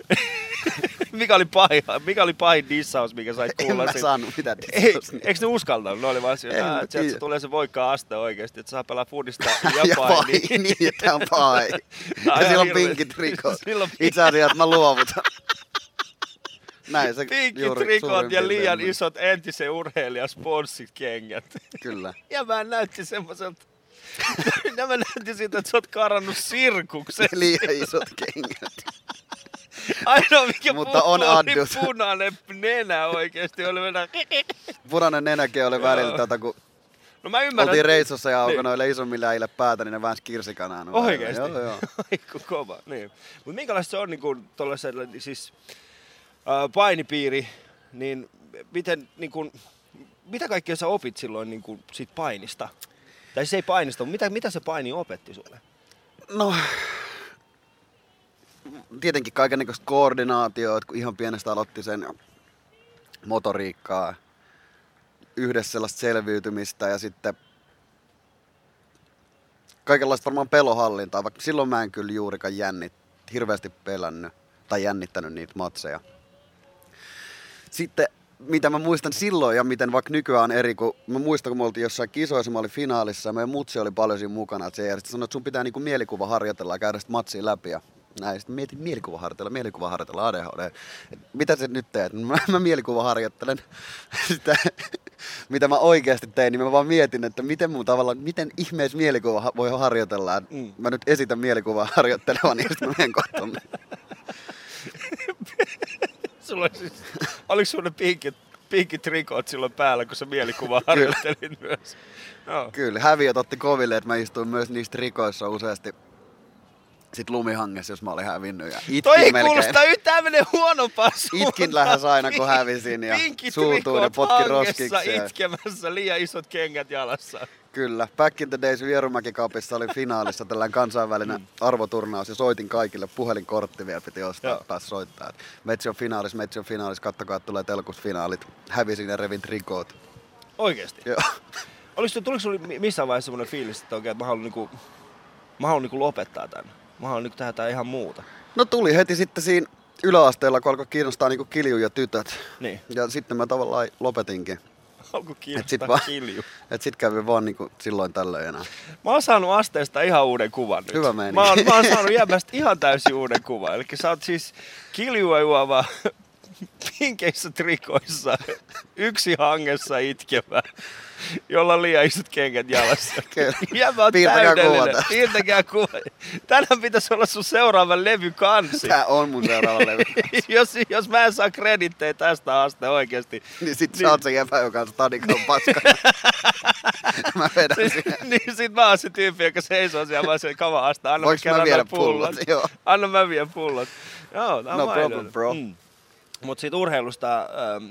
S3: mikä oli pahin, mikä oli pahin dissaus, mikä sait kuulla?
S1: En mä
S3: siinä?
S1: saanut mitään dissaus.
S3: Eikö ne uskaltanut? Ne oli vaan siinä, että se tulee se voikkaa aste oikeesti, että saa pelaa foodista ja,
S1: ja
S3: paini.
S1: Niin, niin että on paini. Ja silloin pinkit rikot. Itse asiassa mä luovutan. Näin se
S3: pinkit rikot ja liian isot entisen urheilijan sponssikengät.
S1: Kyllä.
S3: Ja mä näytti semmoiselta. Ja mä näytin siitä, että sä oot karannut sirkuksen.
S1: Liian isot kengät.
S3: Ainoa mikä
S1: mutta on
S3: oli punainen nenä oikeesti. Oli mennä...
S1: Punainen nenäkin oli välillä tätä, kun no mä ymmärrän, oltiin reissussa ja auko niin. Noille isommille äijille päätä, niin ne väänsi kirsikanaa.
S3: Oikeesti?
S1: Joo, joo.
S3: Aikku kova. Niin. Mutta minkälaista se on niin kuin tollaisella siis äh, painipiiri, niin miten niin kuin, mitä kaikkea sä opit silloin niin kuin siitä painista? Tai se ei painista, mutta mitä, mitä se paini opetti sulle?
S1: No, tietenkin kaikennäköistä koordinaatioa, kun ihan pienestä aloitti sen motoriikkaa, yhdessä sellaista selviytymistä ja sitten kaikenlaista varmaan pelohallintaa, vaikka silloin mä en kyllä juurikaan jännit, hirveästi pelännyt tai jännittänyt niitä matseja. Sitten mitä mä muistan silloin ja miten vaikka nykyään on eri, kun mä muistan, kun me oltiin jossain kisoissa, mä olin finaalissa ja meidän mutsi oli paljon siinä mukana, että se järjesti sanoi, että sun pitää niinku mielikuva harjoitella ja käydä sitä matsia läpi. Ja näin, sitten mietin mielikuva harjoitella, mielikuva harjoitella, A D H D. Et mitä sä nyt teet? Mä, mä mielikuva harjoittelen sitä, mitä mä oikeasti tein, niin mä vaan mietin, että miten mun tavallaan, miten ihmeessä mielikuva voi harjoitella. Mm. Mä nyt esitän mielikuvaa harjoittelevani ja sitten mä menen kotoon.
S3: Sulla siis, oliko sulla pinkit, pinkit rikot silloin päällä, kun sä mielikuva harjoittelit myös? No.
S1: Kyllä, häviöt otti koville, että mä istuin myös niistä rikoissa useasti sit lumihangessa, jos mä olin hävinnyt. Ja itkin
S3: toi ei
S1: melkein.
S3: Kuulostaa yhtään menee huonompaan suuntaan.
S1: Itkin lähes aina, kun hävisin ja suutuin ja potkin roskiksi.
S3: Itkemässä, liian isot kengät jalassa.
S1: Kyllä. Back in the days Vierumäki Cupissa oli finaalissa tällainen kansainvälinen mm. arvoturnaus ja soitin kaikille. Puhelinkortti vielä piti ostaa, pääsi soittaa. Metsi on finaalis, Metsi on finaalis, kattokaa, tulee telkus finaalit. Hävisin ja revin trikoot.
S3: Oikeesti?
S1: Joo.
S3: Oliko, tuliko sinulle missään vaiheessa semmoinen fiilis, että oikein, että mä haluan niinku Mä haluan niinku lopettaa tän. Mä haluan niinku tehdä tää ihan muuta.
S1: No tuli heti sitten siinä yläasteella, kun alkoi kiinnostaa niinku kilju ja tytöt.
S3: Niin.
S1: Ja sitten mä tavallaan lopetinkin.
S3: Alku
S1: Et sit,
S3: kiinnostaa
S1: vaan,
S3: kilju.
S1: et sit kävi vaan niinku silloin tällöin enää.
S3: Mä oon saanut asteesta ihan uuden kuvan nyt.
S1: Hyvä meininki.
S3: Mä oon, mä oon saanut jäbästä ihan täysin uuden kuvan. Eli sä oot siis kiljua juova, pinkeissä trikoissa, yksi hangessa itkevä, jolla on liian isot kengät jalassa. Jäbä on
S1: Piirtäkää
S3: täydellinen.
S1: kuva tästä.
S3: Piirtäkää kuva. Tänään pitäisi olla sun seuraavan levy kansi.
S1: Tää on mun seuraava levy.
S3: jos, jos mä en saa kredittejä tästä asti oikeesti.
S1: Niin sit niin. Sä oot se jäpä, joka on stadikan paskana. Mä vedän
S3: niin,
S1: siihen.
S3: niin sit mä oon se tyyppi, joka seisoo siellä vaan sen kama asta. Anna
S1: Voinko
S3: mä
S1: mä
S3: kerran
S1: viedä
S3: noin pullot.
S1: pullot? Joo.
S3: Anna mä vien pullot. Joo, tää on
S1: No
S3: mainio.
S1: problem, bro.
S3: Mm. Mut siitä urheilusta, ähm,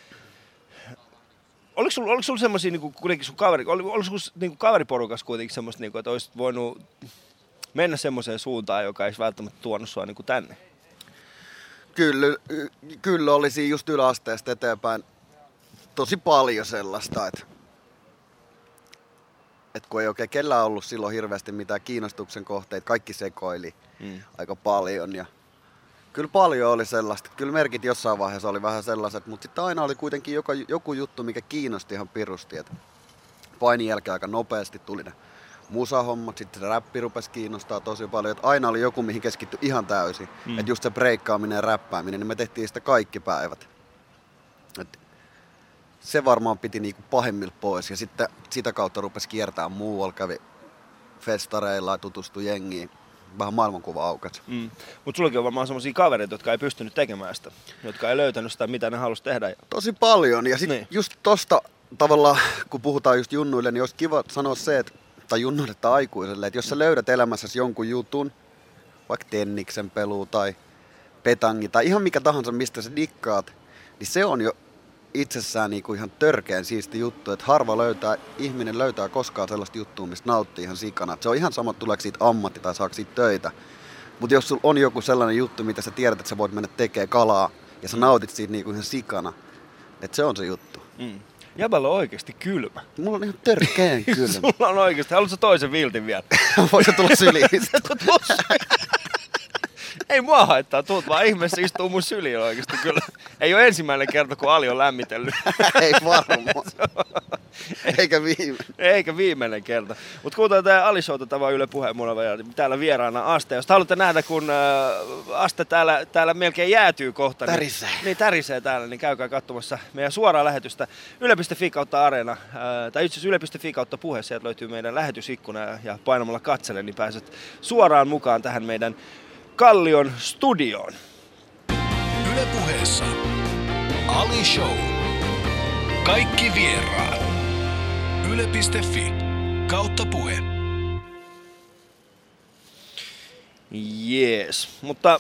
S3: oliko sulla, oliko sulla semmosia niinku kuitenkin sun kaveri, oli, oliko sulla niinku kaveriporukas kuitenkin semmoista niinku, että olisit voinut mennä semmoiseen suuntaan, joka ei välttämättä tuonut sua niinku tänne?
S1: Kyllä, y- kyllä oli siinä just yläasteesta eteenpäin tosi paljon sellaista, että et kun ei oikein kellään ollut silloin hirveästi mitään kiinnostuksen kohteita, kaikki sekoili
S3: Mm.
S1: aika paljon ja kyllä paljon oli sellaista. Kyllä merkit jossain vaiheessa oli vähän sellaiset, mutta sitten aina oli kuitenkin joka, joku juttu, mikä kiinnosti ihan pirusti. Et painin jälkeen aika nopeasti tuli ne musahommat, sitten se räppi rupesi kiinnostaa tosi paljon. Et aina oli joku, mihin keskittyi ihan täysin. Mm. Et just se breikkaaminen ja räppääminen, niin me tehtiin sitä kaikki päivät. Et se varmaan piti niinku pahimmilta pois ja sitten sitä kautta rupesi kiertämään muualla, kävi festareilla ja tutustui jengiin. Vähän maailmankuva aukesi.
S3: Mm. Mutta sullakin on varmaan semmosia kavereita, jotka ei pystynyt tekemään sitä, jotka ei löytänyt sitä, mitä ne halusi tehdä.
S1: Tosi paljon. Ja sitten
S3: Niin.
S1: just tosta tavallaan, kun puhutaan just junnuille, niin olisi kiva sanoa se, että, tai junnuille tai aikuiselle, että jos sä löydät elämässäsi jonkun jutun, vaikka tenniksen peluu tai petangi tai ihan mikä tahansa, mistä sä dikkaat, niin se on jo itsessään niinku ihan törkeän siisti juttu, että harva löytää, ihminen löytää koskaan sellaista juttua, mistä nauttii ihan sikana. Et se on ihan sama, tuleeko siitä ammatti tai saako siitä töitä. Mutta jos sulla on joku sellainen juttu, mitä sä tiedät, että sä voit mennä tekemään kalaa ja sä nautit siitä niinku ihan sikana, että se on se juttu.
S3: Mm. Jäbällä on oikeesti kylmä.
S1: Mulla on ihan törkeän kylmä.
S3: Sulla on oikeesti. Haluatko toisen viltin vielä?
S1: Voisi tulla syliin.
S3: Ei mua haittaa, tuut vaan ihmeessä istuu mun syliin oikeesti kyllä. Ei oo ensimmäinen kerta, kun Ali on lämmitellyt.
S1: Ei varmaan. Eikä viimeinen.
S3: Eikä viimeinen kerta. Mut kuuntelee tää Ali-showta tavaa Yle Puheen mulla ja täällä vieraana Aste. Jos haluatte nähdä, kun äh, Aste täällä, täällä melkein jäätyy kohta.
S1: Tärisee.
S3: Niin, niin tärisee täällä, niin käykää katsomassa meidän suoraa lähetystä yle piste fi kautta areena. Äh, tai itse asiassa yle piste fi kautta puhe. Sieltä löytyy meidän lähetysikkuna ja, ja painamalla katsele, niin pääset suoraan mukaan tähän meidän Kallion studioon.
S2: Yle Puheessa Ali Show. Kaikki vieraat. yle piste fi kautta puhe.
S3: Jees, mutta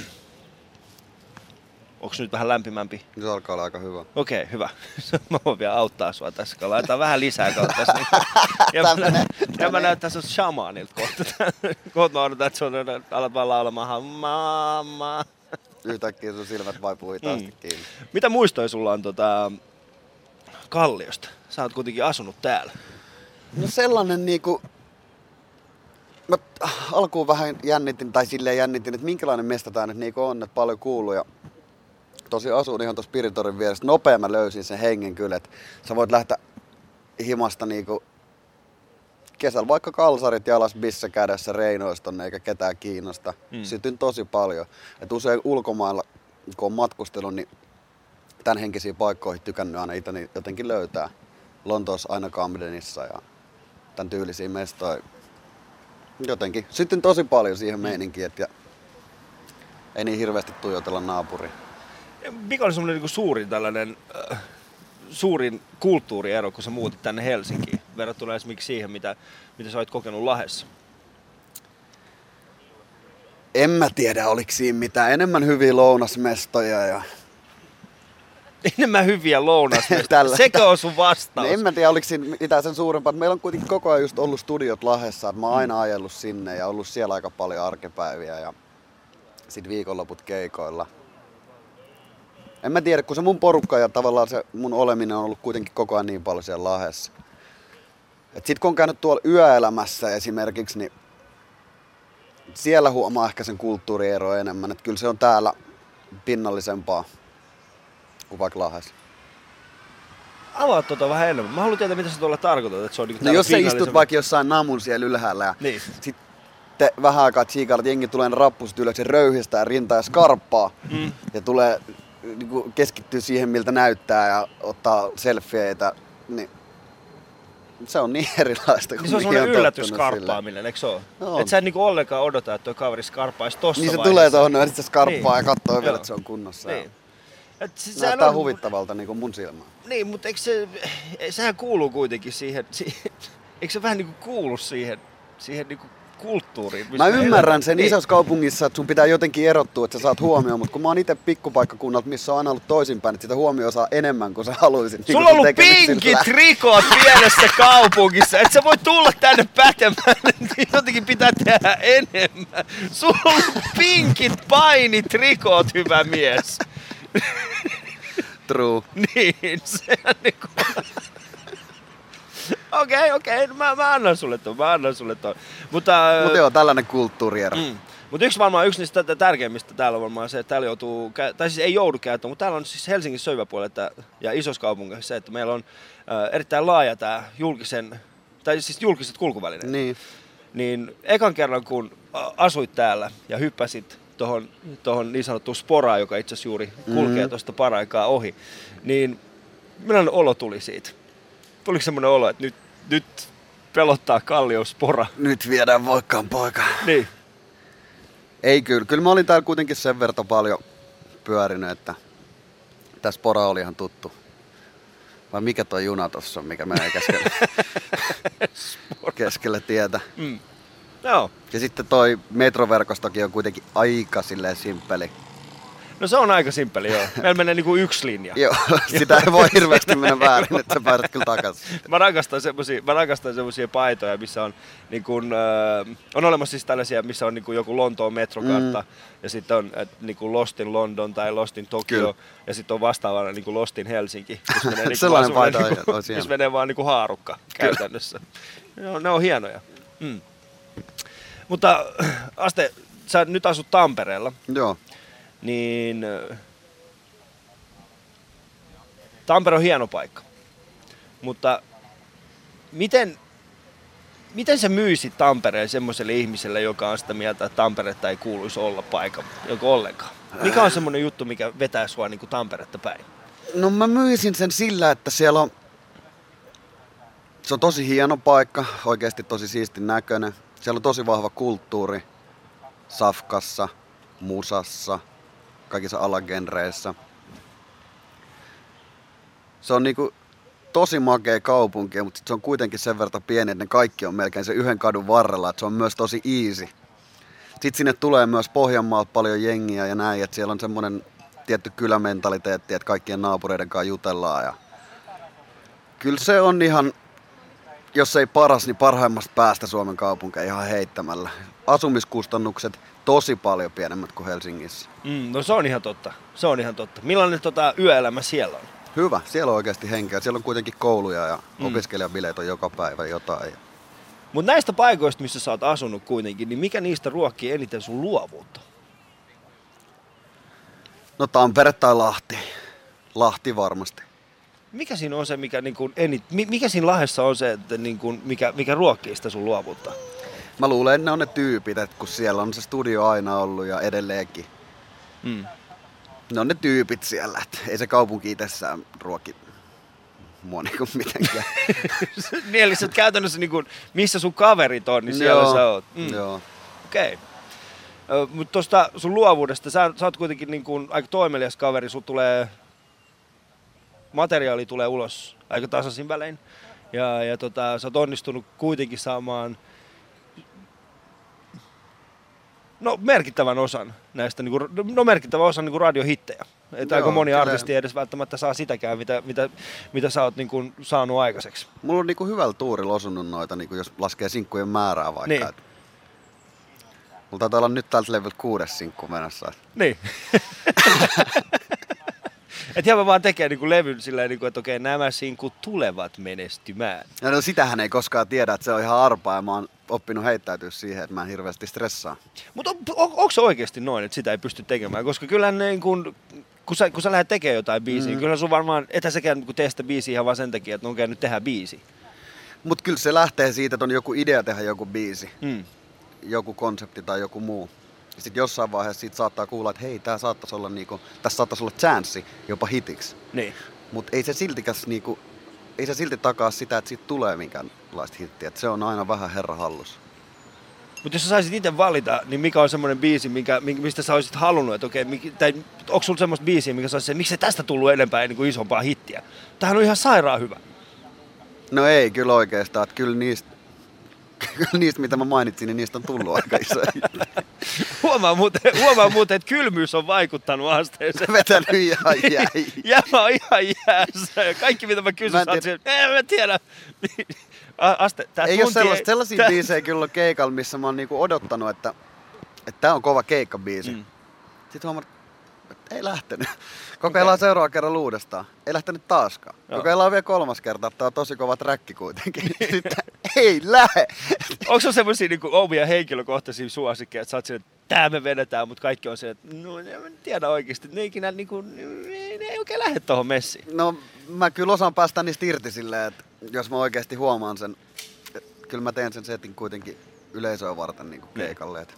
S3: onko nyt vähän lämpimämpi?
S1: Se alkaa olla aika hyvä.
S3: Okei, okay, hyvä. Mä voin vielä auttaa sua tässä, kun laitetaan vähän lisää kautta tässä. Niin. Ja, mä, ja mä näyttää sut shamaanilta kohta. Kohta mä odotan, että sun alat vaan laulamaan mamma.
S1: Yhtäkkiä sun silmät vaipuu hitaasti
S3: Mm.
S1: kiinni.
S3: Mitä muistoja sulla on tota, Kalliosta? Sä oot kuitenkin asunut täällä.
S1: No sellainen niinku... Mä alkuun vähän jännitin, tai silleen jännitin, että minkälainen mesta tää nyt niinku on, että paljon kuuluu. Ja tosi asun ihan tuossa Spiritorin vieressä. Nopea mä löysin sen hengen kyllä, että sä voit lähteä himasta niinku kesällä vaikka kalsarit jalas, bisse kädessä, reinoista tonne eikä ketään kiinnosta.
S3: Mm.
S1: Sytyn tosi paljon. Et usein ulkomailla, kun on matkustellut, niin tämän henkisiin paikkoihin tykännyt aina itse jotenkin löytää. Lontoossa aina Camdenissa ja tämän tyylisiä mestoja. Jotenkin sytyn tosi paljon siihen meininkiin, että ei niin hirveästi tuijotella naapuriin.
S3: Mikä oli semmoinen niin suurin tällainen, äh, suurin kulttuuriero, kun sä muutit tänne Helsinkiin, verrattuna esimerkiksi siihen, mitä, mitä sä olit kokenut Lahdessa?
S1: En mä tiedä, oliko siinä mitään. Enemmän hyviä lounasmestoja ja...
S3: Enemmän hyviä lounasmestoja.
S1: Tällä.
S3: Sekö on sun vastaus?
S1: En mä tiedä, oliko siinä mitään sen suurempaa. Meillä on kuitenkin koko ajan just ollut studiot Lahdessa. Mä oon aina ajellut sinne ja ollut siellä aika paljon arkipäiviä ja sit viikonloput keikoilla. En mä tiedä, kun se mun porukka ja tavallaan se mun oleminen on ollut kuitenkin koko ajan niin paljon siellä Lahdessa. Et sit kun on käynyt tuolla yöelämässä esimerkiksi, niin siellä huomaa ehkä sen kulttuurieroa enemmän. Että kyllä se on täällä pinnallisempaa kuin vaikka Lahdessa.
S3: Avaa tota vähän enemmän. Mä haluan tietää, mitä sä tuolla tarkoitat. Että se on niinku
S1: no jos sä istut vaikka jossain namun siellä ylhäällä ja niin. sitten vähän aikaa tsiikaa, että jengi tulee rappuset ylös ja röyhistää rintaa ja skarppaa mm. ja tulee niinku, keskittyy siihen, miltä näyttää ja ottaa selfieitä, niin se on niin erilaista.
S3: Niin se on semmoinen yllätysskarppaaminen, eikö se ole? No. Että sä et niinku ollenkaan odota, että tuo kaveri skarppaisi tossa
S1: niin se
S3: vaiheessa.
S1: Tulee tuohon, ja sitten se skarppaa niin. ja katsoo vielä, että se on kunnossa.
S3: Niin.
S1: Et näyttää on huvittavalta niin kuin mun silmään.
S3: Niin, mutta eikö se, sehän kuuluu kuitenkin siihen, siihen eikö se vähän niin kuin kuulu siihen, siihen niin kuin kulttuuriin?
S1: Mä ymmärrän sen niin. Isossa kaupungissa, että sun pitää jotenkin erottua, että sä saat huomioon, mutta kun mä oon itse pikkupaikkakunnalta, missä on aina ollut toisinpäin, että sitä huomioon saa enemmän kuin sä haluaisit.
S3: Sulla on ollut pinkit rikot pienessä kaupungissa, et sä voi tulla tänne pätemään, niin jotenkin pitää tehdä enemmän. Sulla on ollut pinkit painit rikot, hyvä mies.
S1: True.
S3: Niin, sehän niinku... Okei, okei, mä, mä annan sulle ton, mä annan sulle ton. Mutta
S1: Mut joo, tällainen kulttuuriero. Mm.
S3: Mutta yksi varmaan, yksi niistä tärkeimmistä täällä on varmaan se, että täällä joutuu, tai siis ei joudu käyttämään, mutta täällä on siis Helsingissä syyväpuolella ja isossa kaupungissa se, että meillä on äh, erittäin laaja tää julkisen, tai siis julkiset kulkuvälineet.
S1: Niin.
S3: Niin ekan kerran kun asuit täällä ja hyppäsit tohon, tohon niin sanottuun sporaan, joka itse asiassa juuri kulkee mm-hmm. tuosta paraikaa ohi, niin millainen olo tuli siitä? Tuliko semmoinen olo, että nyt, nyt pelottaa Kalliospora?
S1: Nyt viedään Voikkaan poika.
S3: Niin.
S1: Ei kyllä. Kyllä mä olin täällä kuitenkin sen verran paljon pyörinyt, että tää Spora oli ihan tuttu. Vai mikä toi juna tossa on, mikä menee keskelle, keskelle tietä.
S3: Mm. Joo.
S1: Ja sitten toi metroverkostokin on kuitenkin aika silleen simppeli.
S3: No se on aika simppeli, joo. Meillä menee niinku yksi linja.
S1: Joo, sitä ei voi hirveästi mennä väärin, että sä pääset kyllä takaisin.
S3: Mä rakastan semmosia, mä rakastan semmosia paitoja, missä on niin kun, äh, on olemassa siis tällaisia, missä on niin kun joku Lontoon metrokartta mm. ja sitten on äh, niin kuin Lost in London tai Lost in Tokyo kyllä. Ja sitten on vastaavana niin kuin Lost in Helsinki. Menee, niin
S1: sellainen paita
S3: niin kuin, missä menee vaan niin kuin haarukka käytännössä. Ne on, ne on hienoja. Mm. Mutta Aste, sä nyt asut Tampereella.
S1: Joo.
S3: Niin Tampere on hieno paikka, mutta miten, miten sä myisit Tampereen semmoiselle ihmiselle, joka on sitä mieltä, että Tamperetta ei kuuluisi olla paikka joko ollenkaan? Mikä on semmoinen juttu, mikä vetää sua niin kuin Tamperetta päin?
S1: No mä myisin sen sillä, että siellä on, se on tosi hieno paikka, oikeasti tosi siistin näköinen. Siellä on tosi vahva kulttuuri safkassa, musassa, kaikissa alagenreissä. Se on niinku tosi makea kaupunki, mutta se on kuitenkin sen verran pieni, että ne kaikki on melkein se yhden kadun varrella, että se on myös tosi easy. Sitten sinne tulee myös Pohjanmaalta paljon jengiä ja näin, että siellä on semmoinen tietty kylämentaliteetti, että kaikkien naapureiden kanssa jutellaan. Ja kyllä se on ihan, jos ei paras, niin parhaimmasta päästä Suomen kaupunkeja ihan heittämällä. Asumiskustannukset tosi paljon pienemmät kuin Helsingissä.
S3: Mm, no se on ihan totta. Se on ihan totta. Millainen tota, yöelämä siellä on?
S1: Hyvä. Siellä on oikeasti henkeä. Siellä on kuitenkin kouluja ja mm. opiskelijabileet on joka päivä jotain.
S3: Mutta näistä paikoista, missä sä oot asunut kuitenkin, niin mikä niistä ruokkii eniten sun luovuutta?
S1: No Tampere tai Lahti. Lahti varmasti.
S3: Mikä siinä on se, mikä, niin kuin, enit, mikä siinä Lahdessa on se, että, niin kuin, mikä, mikä ruokkii sitä sun luovuutta?
S1: Mä luulen, että ne on ne tyypit, että kun siellä on se studio aina ollut ja edelleenkin. Mm. Ne on ne tyypit siellä, että ei se kaupunki itsessään ruoki mua niinku mitenkään.
S3: Niin eli sä käytännössä, niin kuin, missä sun kaverit on, niin siellä
S1: joo,
S3: sä oot.
S1: Mm. Joo.
S3: Okei. Okay. Mutta tuosta sun luovuudesta, sä, sä oot kuitenkin niin kuin aika toimelias kaveri, sun tulee, materiaali tulee ulos aika tasaisin välein. Ja, ja tota, sä oot onnistunut kuitenkin saamaan no merkittävän osan näistä, niin kuin, no merkittävän osan niin kuin radiohittejä. Että aika moni artisti ei edes välttämättä saa sitäkään, mitä, mitä, mitä sä oot niin kuin saanut aikaiseksi.
S1: Mulla on niin kuin hyvällä tuurilla osunut noita, niin kuin jos laskee sinkkujen määrää vaikka. Niin. Et, mulla taitaa olla nyt täältä level kuudes sinkku menossa.
S3: Niin. Että ihan vaan tekee niin kuin levyn silleen, niin kuin, että okei, nämä sinkut tulevat menestymään.
S1: Ja no sitähän ei koskaan tiedä, että se on ihan arpaa ja mä oon oppinut heittäytyä siihen, että mä en hirveästi stressaa.
S3: Mutta on, on, onko se oikeasti noin, että sitä ei pysty tekemään? Koska kyllähän niin kun, kun, sä, kun sä lähdet tekemään jotain biisiä, mm. kyllä sun varmaan, ethän säkään tee sitä biisiä ihan vaan sen takia, että no okei, nyt tehdään biisi.
S1: Mut kyllä se lähtee siitä, että on joku idea tehdä joku biisi,
S3: Mm.
S1: joku konsepti tai joku muu. Sitten jossain vaiheessa siitä saattaa kuulla, että hei, tää saattaisi olla niinku, tässä saattaisi olla chanssi jopa hitiksi.
S3: Niin.
S1: Mut ei se siltikäs niinku, ei se silti takaa sitä, että siitä tulee minkäänlaista hittiä. Et se on aina vähän herra hallus.
S3: Mutta jos sä saisit itse valita, niin mikä on semmoinen biisi, minkä, mistä sä olisit halunnut, että okei, mikä, tai onko sulla semmoista biisiä, mikä sä olisit, miksi tästä tullut enempää niin kuin isompaa hittiä? Tämähän on ihan sairaan hyvä.
S1: No ei kyllä oikeastaan, että kyllä niistä, kyllä niistä mitä mä mainitsin, niin niistä on tullut aika isoja.
S3: Huomaa muuten, huomaa muuten, että kylmyys on vaikuttanut asteeseen.
S1: Vetänyt ihan jäi.
S3: Jämä on ihan jäässä. Kaikki mitä mä kysyn,
S1: Mä en
S3: tiedä. En mä tiedä. Aste, tää
S1: ei
S3: tunti
S1: ole sellaista, sellaisia
S3: tää...
S1: biisejä kyllä keikalla, missä mä oon niinku odottanut, että, että tää on kova keikkabiisi. Mm. Sitten huomaan, että ei lähtenyt. Kokeillaan okay. seuraava kerran uudestaan. Ei lähtenyt taaskaan. Joo. Kokeillaan vielä kolmas kerta, että tää on tosi kova träkki kuitenkin. Sitten ei lähe.
S3: Onko se semmosia niinku omia henkilökohtaisia suosikkeja, että sä oot silleen, että tää me vedetään, mutta kaikki on se, että no en tiedä oikeesti, ne, ikinä, niinku, ne ei oikein lähde tohon messiin.
S1: No mä kyllä osaan päästä niistä irti silleen, että jos mä oikeesti huomaan sen, kyllä mä teen sen setin kuitenkin yleisöä varten niinku keikalle. Että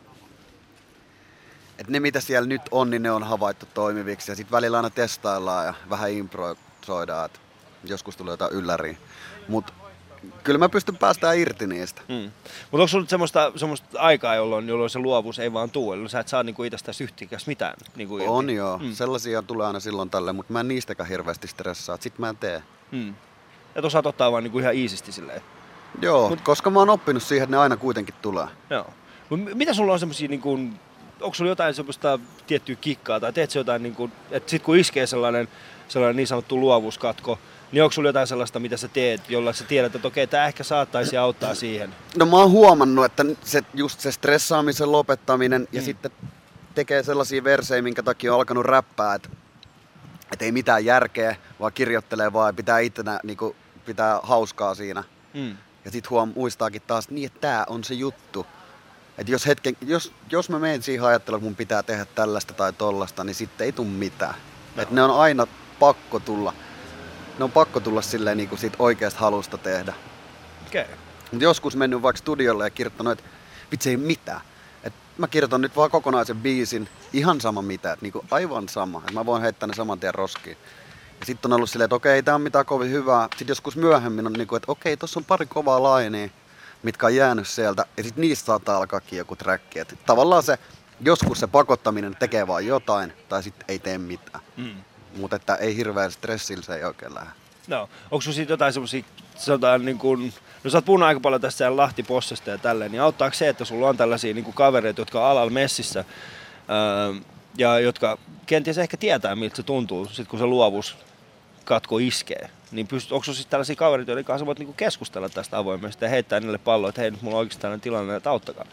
S1: et ne mitä siellä nyt on, niin ne on havaittu toimiviksi ja sit välillä aina testaillaan ja vähän improvisoidaan, että joskus tulee jotain ylläriä. Mut kyllä mä pystyn päästään irti niistä. Mm.
S3: Mutta onko sulla semmoista, semmoista aikaa, jolloin, jolloin se luovuus ei vaan tuu, eli sä et saa niinku itsestäsi yhtikäs mitään? Niinku
S1: on joo, mm. sellaisia tulee aina silloin tälle, mutta mä en niistäkään hirveästi stressaa, sit mä en tee.
S3: Mm. Et osaat ottaa vaan niinku ihan iisisti silleen?
S1: Joo, Mut, koska mä oon oppinut siihen, että ne aina kuitenkin tulee.
S3: Joo. Mut mitä sulla on semmosia, niinku, onko sulla jotain semmoista tiettyä kikkaa, tai teet sä jotain, niinku, että sit kun iskee sellainen, sellainen niin sanottu luovuuskatko, niin onko sulla jotain sellaista, mitä sä teet, jolla sä tiedät, että okei, tää ehkä saattaisi auttaa siihen?
S1: No mä oon huomannut, että se, just se stressaamisen lopettaminen mm. ja sitten tekee sellaisia versejä, minkä takia on alkanut räppää, että et ei mitään järkeä, vaan kirjoittelee vaan ja pitää itsenä niinku, pitää hauskaa siinä. Mm. Ja sit huom muistaakin taas niin, että tää on se juttu. Että jos, hetken, jos, jos mä menen siihen ajattelemaan, että mun pitää tehdä tällaista tai tollasta, niin sitten ei tule mitään. No. Että ne on aina pakko tulla. Ne on pakko tulla silleen niin kuin siitä oikeasta halusta tehdä.
S3: Okay.
S1: Mut joskus mennyt vaikka studiolle ja kirjoittanut, että vitsi ei mitään. Et mä kirjoitan nyt vaan kokonaisen biisin, ihan sama mitä, että niinku aivan sama. Et mä voin heittää ne saman tien roskiin. Ja sitten on ollut silleen, että okei, ei tää on mitään kovin hyvää. Sitten joskus myöhemmin on niinku, että okei, tossa on pari kovaa lainia, mitkä on jäänyt sieltä. Ja sitten niistä saattaa alkaakin joku träkki. Et tavallaan se, joskus se pakottaminen tekee vaan jotain, tai sitten ei tee mitään. Mm. Mutta että ei hirveän stressillä se ei oikein lähde.
S3: No, onko sun siitä jotain semmosia, sanotaan niin kuin, no sä oot puhunut aika paljon tästä Lahti-Possesta ja tälleen, niin auttaako se, että sulla on tällaisia niin kuin kavereita, jotka on alalla messissä, öö, ja jotka kenties ehkä tietää, miltä se tuntuu, sit kun se luovuuskatko iskee. Niin pystyt, onko sulla siis tällaisia kavereita, joiden kanssa voit niin kuin keskustella tästä avoimesti ja heittää niille palloa, että hei, nyt mulla on oikeasti tällainen tilanne, että auttakaa?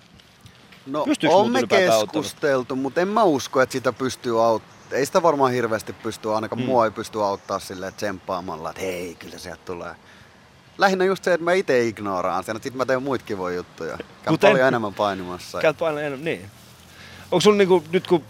S1: No, on me keskusteltu, mutta en mä usko, että sitä pystyy auttamaan. Ei sitä varmaan hirveästi pysty, ainakaan mm. mua ei pysty auttaa silleen tsemppaamalla, että hei, kyllä sieltä tulee. Lähinnä just se, että mä itse ignoraan sen, että sit mä teen muita kivoja juttuja. Käyn paljon en... enemmän painimassa.
S3: Käyt paljon enemmän, niin. Onko sulla niinku, nyt kun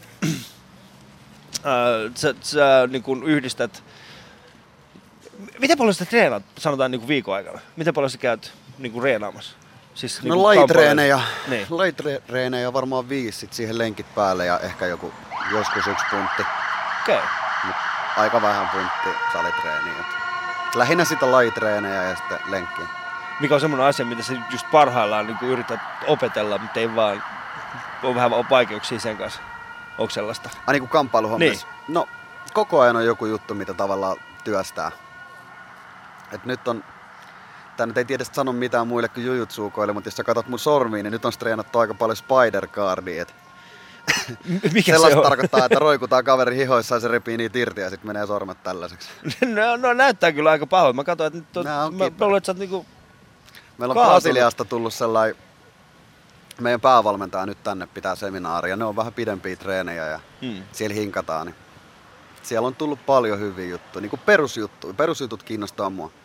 S3: äh, sä, sä niinku yhdistät, miten paljon sä treenaat, sanotaan niinku viikon aikana? Miten paljon sä käyt niinku reenaamassa? Siis,
S1: no niinku lajitreenejä, niin. lajitreenejä varmaan viisi, sit siihen lenkit päälle ja ehkä joku, joskus yksi puntti.
S3: Okei. Okay.
S1: Aika vähän puntti salitreeniä. Lähinnä sitä lajitreenejä ja sitten lenkkiä.
S3: Mikä on semmoinen asia, mitä sä just parhaillaan niin yrität opetella, mutta ei vaan, on vähän vaikeuksia sen kanssa. Onko sellaista?
S1: Ai niin kuin kamppailuhommissa? Niin. No koko ajan on joku juttu, mitä tavallaan työstää. Et nyt on, tää nyt ei tiedä sano mitään muille kuin jujutsuukoille, mutta jos sä katsot mun sormiin, niin nyt on treenattu aika paljon spider-cardia.
S3: Mikä
S1: sellaista
S3: se on?
S1: Tarkoittaa, että roikutaan kaveri hihoissa ja se repii niitä irti ja sitten menee sormet tällaiseksi.
S3: no, no näyttää kyllä aika pahoin. Mä katsoin, että nyt on, mä, mä luulen, että sä oot niinku
S1: meillä on Brasiliasta tullut sellainen, meidän päävalmentaja nyt tänne pitää seminaaria. Ne on vähän pidempiä treenejä ja hmm. siellä hinkataan. Niin siellä on tullut paljon hyviä juttuja, niin kuin perusjuttuja. Perusjutut kiinnostaa mua.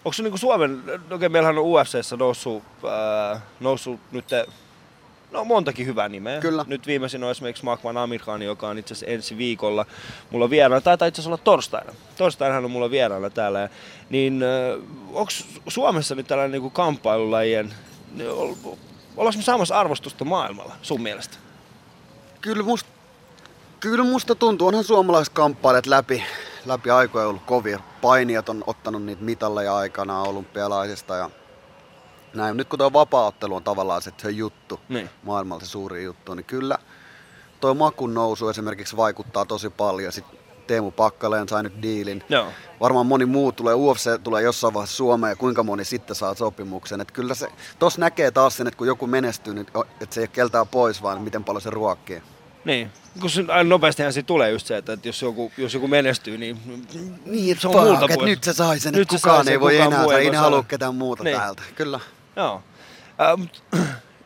S3: onko se niinku Suomen, okei meillähän on U F C:ssä noussut, äh, noussut nyt no montakin hyvää nimeä.
S1: Kyllä.
S3: Nyt viimeisin on esimerkiksi Makwan Amirkhan, joka on itse asiassa ensi viikolla mulla vieraana. Taitaa itse asiassa olla torstaina. Torstaina hän on mulla vieraana täällä. Niin äh, onko Suomessa nyt tällainen niinku kamppailulajien, ollaanko me saamassa arvostusta maailmalla sun mielestä?
S1: Kyllä musta, kyllä musta tuntuu, onhan suomalaiset kamppailijat läpi, läpi aikoja ollut kovia. Painijat on ottanut niitä mitalleja aikanaan olympialaisista ja näin. Nyt kun tuo vapaaottelu on tavallaan se, se juttu, niin. Maailmalla se suuri juttu, niin kyllä tuo makun nousu esimerkiksi vaikuttaa tosi paljon. Sitten Teemu Pakkaleen sai nyt diilin. Joo. Varmaan moni muu tulee, U F C tulee jossain vaiheessa Suomeen ja kuinka moni sitten saa sopimuksen. Että kyllä se, tossa näkee taas sen, että kun joku menestyy, niin että se ei ole keltään pois, vaan miten paljon se ruokkii.
S3: Niin, koska aina nopeastihan siitä tulee just se, että jos joku, jos joku menestyy, niin,
S1: niin
S3: se on fuck, muulta
S1: pois. Nyt se sai sen,
S3: nyt
S1: että kukaan
S3: sen,
S1: ei voi
S3: kukaan
S1: enää,
S3: ei,
S1: ei
S3: voi
S1: halua ketään muuta
S3: niin.
S1: Täältä. Kyllä.
S3: Joo. Äh,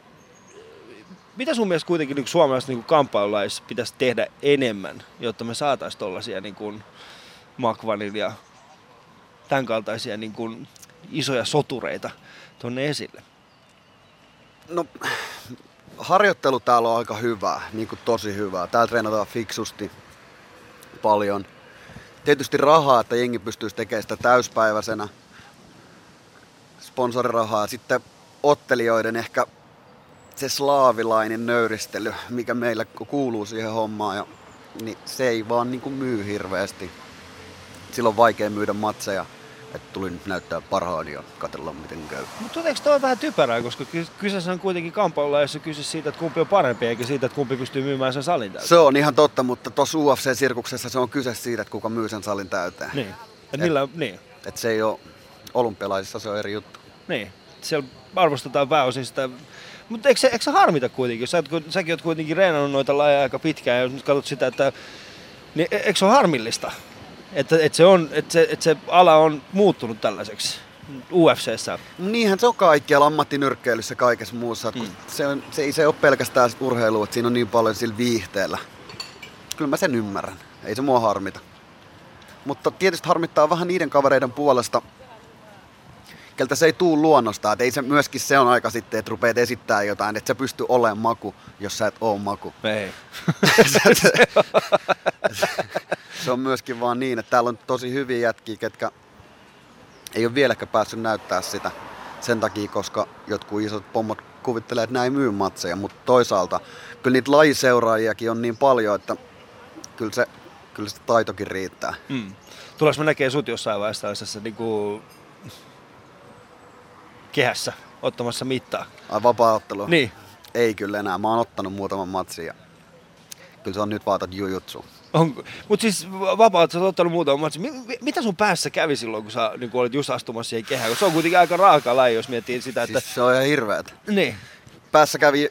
S3: mitä sun mielestä kuitenkin niin suomalaisissa niin kamppailulaisissa pitäisi tehdä enemmän, jotta me saataisiin tollaisia niin kuin Makwanin ja tämän kaltaisia niin kuin isoja sotureita tuonne esille?
S1: No, harjoittelu täällä on aika hyvää, niin kuin tosi hyvää. Täällä treenataan fiksusti paljon. Tietysti rahaa, että jengi pystyisi tekemään sitä täyspäiväisenä. Sponsorirahaa. Sitten ottelijoiden ehkä se slaavilainen nöyristely, mikä meillä kuuluu siihen hommaan. Ja, niin se ei vaan niin kuin myy hirveästi. Silloin on vaikea myydä matseja. Että tuli nyt näyttää parhaan ja katsellaan miten käy.
S3: Mutta eikö toi vähän typerää, koska kyseessä on kuitenkin kamppailulla, jos kyse siitä, että kumpi on parempi, eikä siitä, että kumpi pystyy myymään sen salin täyteen.
S1: Se on ihan totta, mutta tuossa U F C-sirkuksessa se on kyse siitä, että kuka myy sen salin täyteen.
S3: Niin. Et millä, niin.
S1: Et se ei ole, olympialaisissa se on eri juttu.
S3: Niin, siellä arvostetaan pääosin sitä. Mutta eikö, eikö se harmita kuitenkin, jos sä, säkin oot kuitenkin reenannut noita lajeja aika pitkään, ja jos nyt katsot sitä, että niin eikö se ole harmillista? Että, että, se on, että, se, että se ala on muuttunut tällaiseksi U F C:ssä.
S1: Niinhän se on kaikkialla ammattinyrkkeilyssä ja kaikessa muussa. Mm. Se, on, se ei se ole pelkästään urheilua, että siinä on niin paljon sillä viihteellä. Kyllä mä sen ymmärrän. Ei se mua harmita. Mutta tietysti harmittaa vähän niiden kavereiden puolesta, keltä se ei tuu luonnostaan. Että ei se myöskin se on aika sitten, että rupeat esittämään jotain, että sä pystyy olemaan maku, jos sä et oo maku.
S3: Ei.
S1: Se on myöskin vaan niin, että täällä on tosi hyviä jätkiä, ketkä ei ole vieläkään päässyt näyttää sitä sen takia, koska jotkut isot pommot kuvittelee, että nämä ei myy matseja, mutta toisaalta kyllä niitä lajiseuraajiakin on niin paljon, että kyllä se, kyllä se taitokin riittää.
S3: Mm. Tuleeko mä näkee sut jossain vaiheessa tällaisessa niin kuin kehässä ottamassa mittaa?
S1: Ai vapaa-ottelu?
S3: Niin.
S1: Ei kyllä enää, mä oon ottanut muutaman matsin ja kyllä se on nyt vaatat jujutsu.
S3: Mutta siis vapaat, sä oot ottanut muutaman matsin. M- mitä sun päässä kävi silloin, kun sä niin kun olit just astumassa siihen kehään? Koska se on kuitenkin aika raaka laji, jos miettii sitä, että...
S1: Siis se on ihan hirveetä.
S3: Niin.
S1: Päässä kävi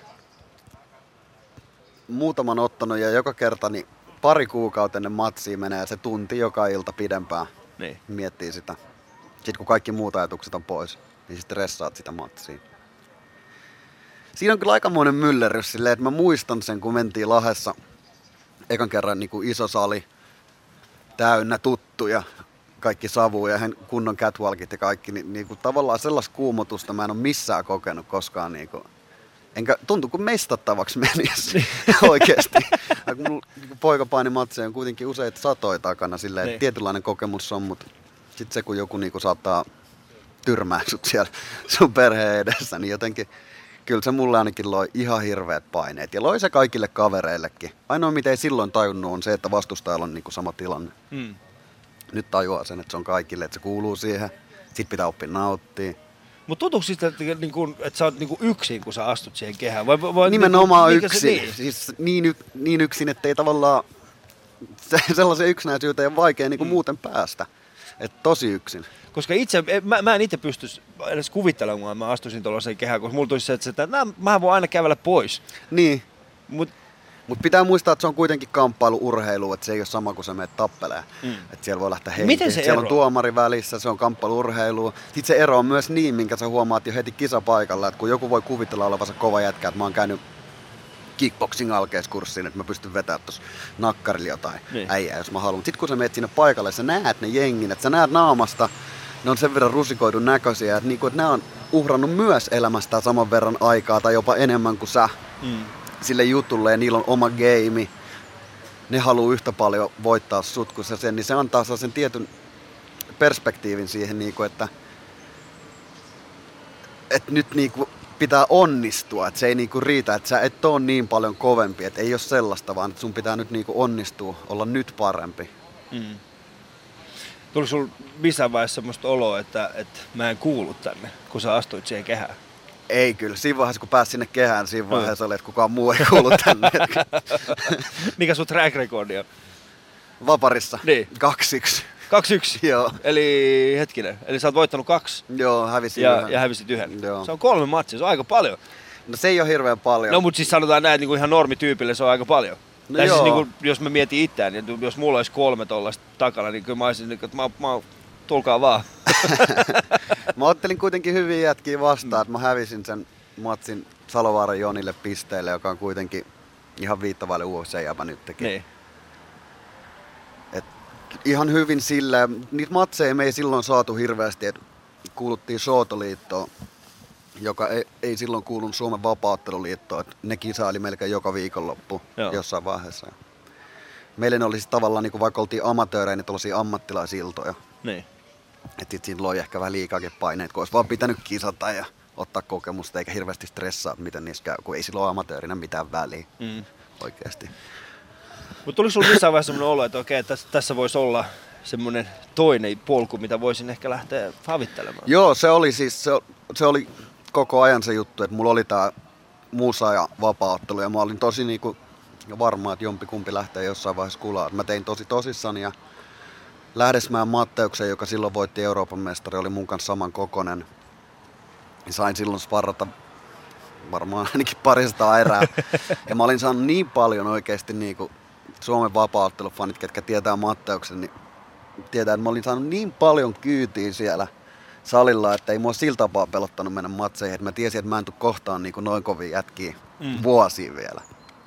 S1: muutaman ottanut ja joka kerta niin pari kuukautta ennen matsia menee se tunti joka ilta pidempään.
S3: Niin.
S1: Miettii sitä. Sitten kun kaikki muut ajatukset on pois, niin sitten stressaat sitä matsia. Siinä on kyllä aikamoinen myllerrys silleen, että mä muistan sen, kun mentiin Lahdessa ekan kerran niin kuin iso sali, täynnä tuttuja, kaikki savuja ja kunnon catwalkit ja kaikki, niin, niin kuin tavallaan sellaista kuumotusta mä en ole missään kokenut koskaan. Niin kuin, enkä tuntu kuin mestattavaksi menisi oikeasti. Kun mulla niin poika paini matseja on kuitenkin useita satoja takana, silleen, että tietynlainen kokemus on, mutta sitten se kun joku niin kuin saattaa tyrmää sut siellä sun perheen edessä, niin jotenkin kyllä se mulle ainakin loi ihan hirveät paineet ja loi se kaikille kavereillekin. Ainoa mitä ei silloin tajunnut on se, että vastustajalla on niinku sama tilanne. Mm. Nyt tajuaa sen, että se on kaikille, että se kuuluu siihen. Sit pitää oppia nauttia.
S3: Mutta tuntuuko siis, että, niinku, että sä oot niinku yksin, kun sä astut siihen kehään? Vai, vai,
S1: Nimenomaan
S3: niinku,
S1: yksin.
S3: Niin?
S1: Siis niin, y, niin yksin, että ei tavallaan se, sellaisen yksinäisyyteen on vaikea niinku mm. muuten päästä. Että tosi yksin.
S3: Koska itse, mä, mä en itse pysty edes kuvittelemaan, että mä astuisin tuollaiseen kehään, koska mulla tulisi se, että, että nää, mä voin aina kävellä pois.
S1: Niin.
S3: Mut,
S1: Mut pitää muistaa, että se on kuitenkin kamppailu-urheilu, että se ei ole sama kuin se menet tappelee. Mm. Että siellä voi lähteä henkiin. Siellä ero? On tuomari välissä, se on kamppailu-urheilu. Sitten se ero on myös niin, minkä sä huomaat jo heti kisapaikalla, että kun joku voi kuvitella olevansa kova jätkä, että mä oon käynyt kickboxing alkeiskurssiin, että mä pystyn vetämään tuossa nakkarilla jotain niin. äijää, jos mä haluan. Sitten kun sä menet sinne paikalle, sä näet ne jengin, että sä näet naamasta ne on sen verran rusikoidun näköisiä, että, niinku, että ne on uhrannut myös elämästään saman verran aikaa tai jopa enemmän kuin sä mm. sille jutulle ja niillä on oma game. Ne haluaa yhtä paljon voittaa sut kuin sen, niin se antaa sen tietyn perspektiivin siihen, niinku, että, että nyt niinku pitää onnistua, että se ei niinku riitä, että sä et ole niin paljon kovempi, että ei ole sellaista, vaan että sun pitää nyt niinku onnistua, olla nyt parempi. Mm.
S3: Tuli sulla missään vaiheessa semmoista oloa, että, että mä en kuulu tänne, kun sä astuit siihen kehään?
S1: Ei kyllä. Siinä vaiheessa, kun pääsi sinne kehään, siinä vaiheessa oli, että kukaan muu ei kuulu tänne.
S3: Mikä sun track recordi on?
S1: Vaparissa.
S3: Niin.
S1: kaksi yksi.
S3: kaksi yksi?
S1: Joo.
S3: Eli hetkinen, eli sä oot voittanut kaksi?
S1: Joo, hävisin
S3: ja,
S1: yhden.
S3: Ja hävisit yhden.
S1: Joo.
S3: Se on kolme matsia, se on aika paljon.
S1: No se ei ole hirveän paljon.
S3: No mut siis sanotaan näin, että niinku ihan normityypille se on aika paljon.
S1: No
S3: tai
S1: joo.
S3: siis niinku, jos mä mietin itseään, niin jos mulla olisi kolme tollaista takana, niin kyllä mä olisin, että mä, mä, tulkaa vaan.
S1: Mä ottelin kuitenkin hyviä jätkiä vastaan, että mä hävisin sen matsin Salovaaran Jonille pisteelle, joka on kuitenkin ihan viittavaille U F C-jäpä nytkin.
S3: Niin.
S1: Et ihan hyvin sillä, niitä matseja me ei silloin saatu hirveästi, että kuuluttiin Sootoliittoon, joka ei, ei silloin kuulunut Suomen vapaa-otteluliittoon, että ne kisaili melkein joka viikonloppu Joo. jossain vaiheessa. Meille ne oli siis tavallaan, niin kuin vaikka oltiin amatöörejä, niin tuollaisia ammattilaisiltoja.
S3: Niin.
S1: Että sit siinä loi ehkä vähän liikaakin paineet, kun olisi vaan pitänyt kisata ja ottaa kokemusta, eikä hirveästi stressaa, miten niissä käy, kun ei silloin amatöörinä mitään väliä mm. oikeasti.
S3: Mutta tuli sinulla missään vaiheessa sellainen olo, että okei, tässä, tässä voisi olla semmoinen toinen polku, mitä voisin ehkä lähteä havittelemaan?
S1: Joo, se oli siis, se, se oli koko ajan se juttu, että mulla oli tää musa ja vapaa-ottelu ja mä olin tosi niinku varma, että jompikumpi lähtee jossain vaiheessa kulaan. Mä tein tosi tosissani ja Lähdesmäen Matteuksen, joka silloin voitti Euroopan mestari, oli mun kanssa saman kokonen. Sain silloin sparrata varmaan ainakin parista erää. Ja mä olin saanut niin paljon oikeesti niinku Suomen vapaa-ottelufanit, ketkä tietää Matteuksen, niin tietää, että mä olin saanut niin paljon kyytiä siellä salilla, että ei mua sillä tapaa pelottanut mennä matseihin. Että mä tiesin, että mä en tuu kohtaan niin noin kovia jätkiä mm. vuosia vielä.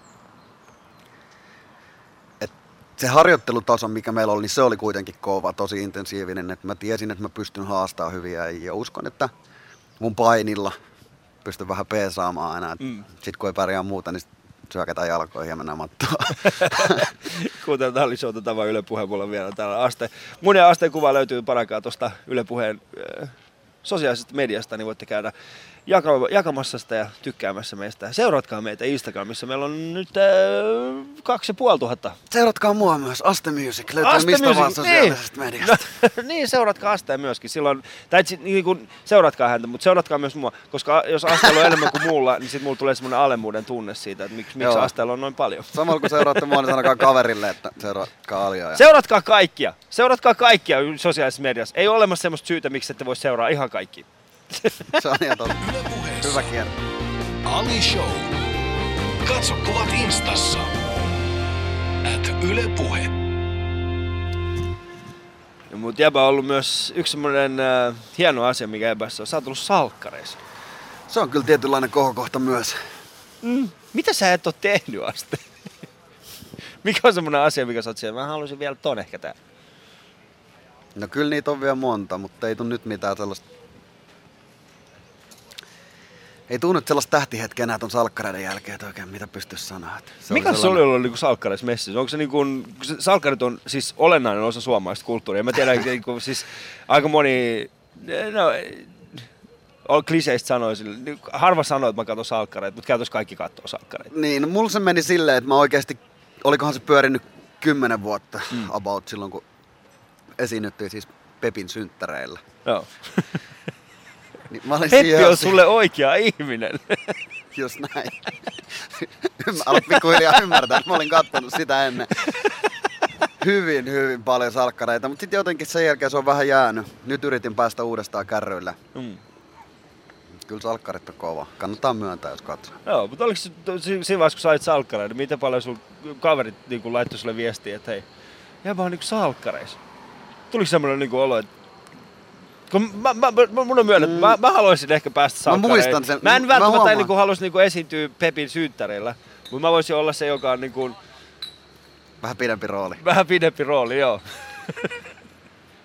S1: Et se harjoittelutaso, mikä meillä oli, niin se oli kuitenkin kova, tosi intensiivinen. Et mä tiesin, että mä pystyn haastamaan hyviä ja uskon, että mun painilla pystyn vähän peesaamaan aina. Mm. Sitten kun ei pärjää muuta, niin syökätään jalkoihin ja mennään mattoon.
S3: Kuten tämä oli showta tavan Yle Puheen, mulla on vielä täällä Aste. Mun ja Asteen kuva löytyy parakaa tuosta Yle Puheen äh, sosiaalisesta mediasta, niin voitte käydä jakamassa sitä ja tykkäämässä meistä. Seuratkaa meitä Instagramissa. Meillä on nyt äh, kaksi ja puoli tuhatta.
S1: Seuratkaa mua myös. Aste Music löytyy Aste mistä Music. Vaan sosiaalisesta niin. mediasta.
S3: No, niin, seuratkaa Astea myöskin. Silloin, tai sit, niin kun, seuratkaa häntä, mutta seuratkaa myös mua. Koska jos Asteella on enemmän kuin muulla, niin sitten mulla tulee semmoinen alemmuuden tunne siitä, että miksi, miksi Asteella on noin paljon.
S1: Samalla kun seuraatte mua, niin sanokaa kaverille, että seuratkaa Alijaa. Ja...
S3: Seuratkaa kaikkia. Seuratkaa kaikkia sosiaalisessa mediassa. Ei ole olemassa semmoista syytä, miksi ette voi seuraa ihan kaikki.
S1: Se on ihan totta. Hyvä kierto.
S2: Ali Show. Katso kuvat Instassa. At Yle Puhe.
S3: No, mut jäbä on ollut myös yksi semmoinen äh, hieno asia, mikä jäbässä on. Sä oot tullut salkkareissa.
S1: Se on kyllä tietynlainen kohokohta myös.
S3: Mm. Mitä sä et oo tehnyt, Aste? Mikä on semmoinen asia, mikä sä oot siellä? Mä haluaisin vielä ton ehkä tää.
S1: No kyllä niitä on vielä monta, mutta ei tule nyt mitään sellaista... Ei tuu nyt sellaista tähtihetkeä enää ton salkkareiden jälkeen, että oikein mitä pystyisi sanoa. Se
S3: mikä se oli ollut niinku salkkareissa messissä? Onko se niinku, salkkarit on siis olennainen osa suomalaista kulttuuria. Mä tiedän, niinku, siis aika moni, no, kliseistä sanoisin, harva sanoo, että mä katson salkkareita, mutta käytössä kaikki katsoo salkkareita.
S1: Niin, no mulla se meni silleen, että mä oikeasti, olikohan se pyörinyt kymmenen vuotta mm. about silloin, kun esiinnyttiin siis Pepin synttäreillä.
S3: Joo.
S1: Niin mä olin
S3: Peppi on sulle oikea ihminen.
S1: Just näin. Mä aloin pikkuhiljaa ymmärtää, että mä olin kattonut sitä ennen. Hyvin, hyvin paljon salkkareita, mutta sitten jotenkin sen jälkeen se on vähän jäänyt. Nyt yritin päästä uudestaan kärryillä. Mm. Kyllä salkkarit on kova. Kannattaa myöntää, jos katsoo.
S3: Joo, mutta oliko siinä vaiheessa, kun sait salkkareita, miten paljon sun kaverit niin laittoi sulle viestiä, että hei, jäbä on niin salkkareissa. Tuliko semmoinen niin olo, että kun mä, mä, mä, mun on myönnä, mm. mä, mä haluaisin ehkä päästä salkkareihin.
S1: Mä muistan sen.
S3: Mä en välttämättä mä niin haluaisi niin esiintyä Pepin synttäreillä, mutta mä voisin olla se, joka on niin kuin...
S1: Vähän pidempi rooli.
S3: Vähän pidempi rooli, joo.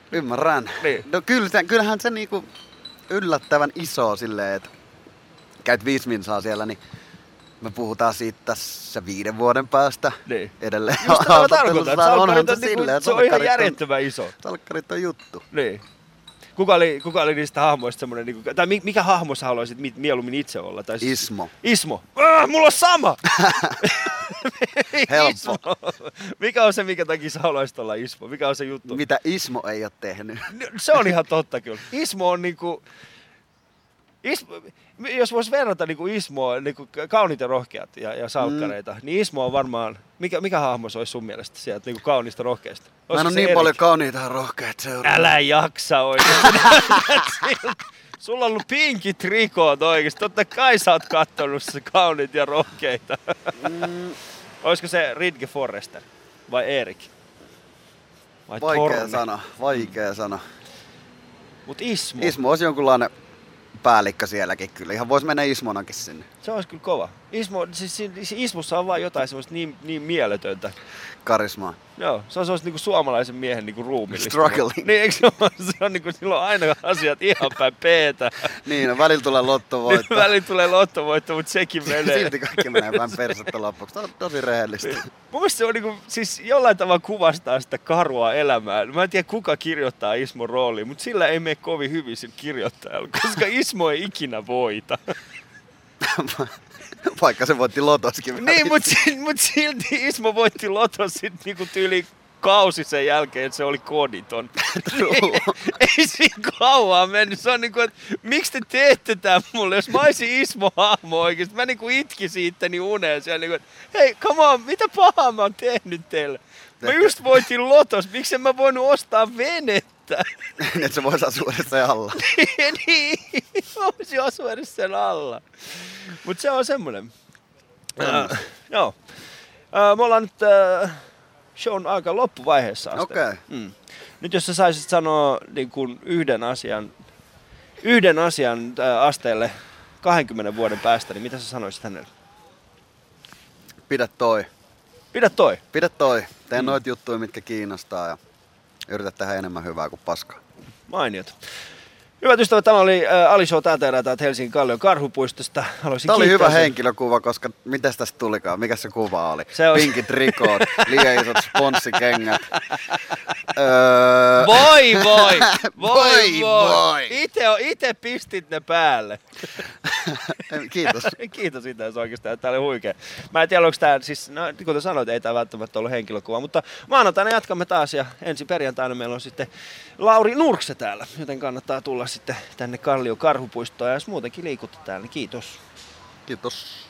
S1: Ymmärrän.
S3: Niin.
S1: No kyllä, se- kyllähän se niinku yllättävän iso silleen, että käyt viisi minsaa siellä, niin me puhutaan siitä tässä viiden vuoden päästä
S3: Niin.
S1: edelleen.
S3: Just tämä
S1: haastattelussa.
S3: tarkoitan, että
S1: Onhan
S3: salkkarit on,
S1: se
S3: niinku,
S1: silleen,
S3: se on ihan
S1: salkkarit
S3: järjettömän iso.
S1: Salkkarit on juttu.
S3: Niin. Kuka oli, kuka oli niistä hahmoista semmoinen, niinku, tai mi- mikä hahmo sä haluaisit mi- mieluummin itse olla? Tai siis-
S1: Ismo.
S3: Ismo. Ah, mulla on sama!
S1: Helppo.
S3: Ismo. Mikä on se, mikä takia sä haluaisit olla Ismo? Mikä on se juttu?
S1: Mitä Ismo ei ole tehnyt.
S3: Se on ihan totta kyllä. Ismo on niinku... Ismo, jos vois verrata niinku Ismoa, niinku kauniit ja rohkeat ja, ja salkkareita, mm. niin Ismo on varmaan... Mikä, mikä hahmo se olisi sun mielestä sieltä niinku kauniista rohkeista?
S1: Mä en
S3: Olisiko
S1: ole
S3: se
S1: niin
S3: Erik?
S1: paljon kauniita ja rohkeita seuraa.
S3: Älä jaksa oikeesti. Sulla on ollut pinkit trikoot oikeesti. Totta kai sä oot kattonut se kauniit ja rohkeita.
S1: Mm,
S3: Olisiko se Ridge Forrester vai Erik? Vai
S1: vaikea
S3: Torne?
S1: sana, vaikea sana.
S3: Mut Ismo,
S1: Ismo olisi jonkunlainen päällikkö sielläkin kyllä. Ihan vois mennä Ismonakin sinne.
S3: se olisi kyllä kova. Ismo, siis, siis Ismossa on vaan jotain semmoista niin, niin mieletöntä.
S1: Karismaa.
S3: Joo, se on semmoista niinku suomalaisen miehen niinku ruumillista.
S1: Struggling.
S3: Niin, eikö se ole? Se on niinku, silloin aina asiat ihan päin peetä.
S1: Niin, no, välillä tulee lottovoitto.
S3: Välillä tulee lottovoitto, mutta sekin menee.
S1: Silti kaikki menee päin persettä loppuksi. Tämä on tosi rehellistä.
S3: Mun mielestä se on niinku, siis jollain tavalla kuvastaa sitä karua elämää. Mä en tiedä kuka kirjoittaa Ismon rooliin, mutta sillä ei mene kovin hyvin sillä kirjoittajalla, koska Ismo ei ikinä voita.
S1: Vaikka se voitti lotoskin.
S3: Niin, mutta mut silti Ismo voitti loton sit niinku tyyli kausi sen jälkeen, että se oli koditon. ei, ei siinä kauan mennyt. Se on niinku, että miksi te teette tää mulle? Jos mä olisin Ismo-hahmo oikeesti, mä niinku itkisin itteni uneen siellä niinku, että hei, come on, mitä pahaa mä oon tehnyt teille? Mä just voitin lotos, miksi en mä voinut ostaa venettä?
S1: Että se voisi asua edes sen alla.
S3: niin, voisi asua edes sen alla. Mut se on semmonen. Äh, joo. Äh, me ollaan nyt äh, shown aika loppuvaiheessa asti.
S1: Okei.
S3: Mm. Nyt jos sä saisit sanoa niin kun yhden asian, yhden asian äh, asteelle kahdenkymmenen vuoden päästä, niin mitä sä sanoisit hänelle?
S1: Pidä toi.
S3: Pidä toi.
S1: Pidä toi. Tee mm. noita juttuja, mitkä kiinnostaa ja yritä tehdä enemmän hyvää kuin paskaa.
S3: Mainiot. Hyvät ystävät, tämä oli äh, Ali Show täältä erää täältä Helsingin Kallion Karhupuistosta. Haluaisin
S1: Tämä oli
S3: kiittää
S1: hyvä
S3: sen-
S1: henkilökuva, koska mitäs tästä tulikaan? Mikä se kuva oli?
S3: Se on-
S1: Pinkit rikoot, liian isot sponssikengät. öö...
S3: Voi voi! Voi
S1: Voi,
S3: voi!
S1: voi.
S3: Ite, ite pistit ne päälle.
S1: Kiitos.
S3: Kiitos itse oikeastaan, tämä oli huikea. Mä en tiedä, onko tämä, siis, no, kuten sanoit, ei tämä välttämättä ollut henkilökuva, mutta maanantaina jatkamme taas ja ensi perjantaina meillä on sitten Lauri Nurkse täällä, joten kannattaa tulla sitten tänne Kallion Karhupuistoon ja jos muutenkin liikutte täällä, niin kiitos.
S1: Kiitos.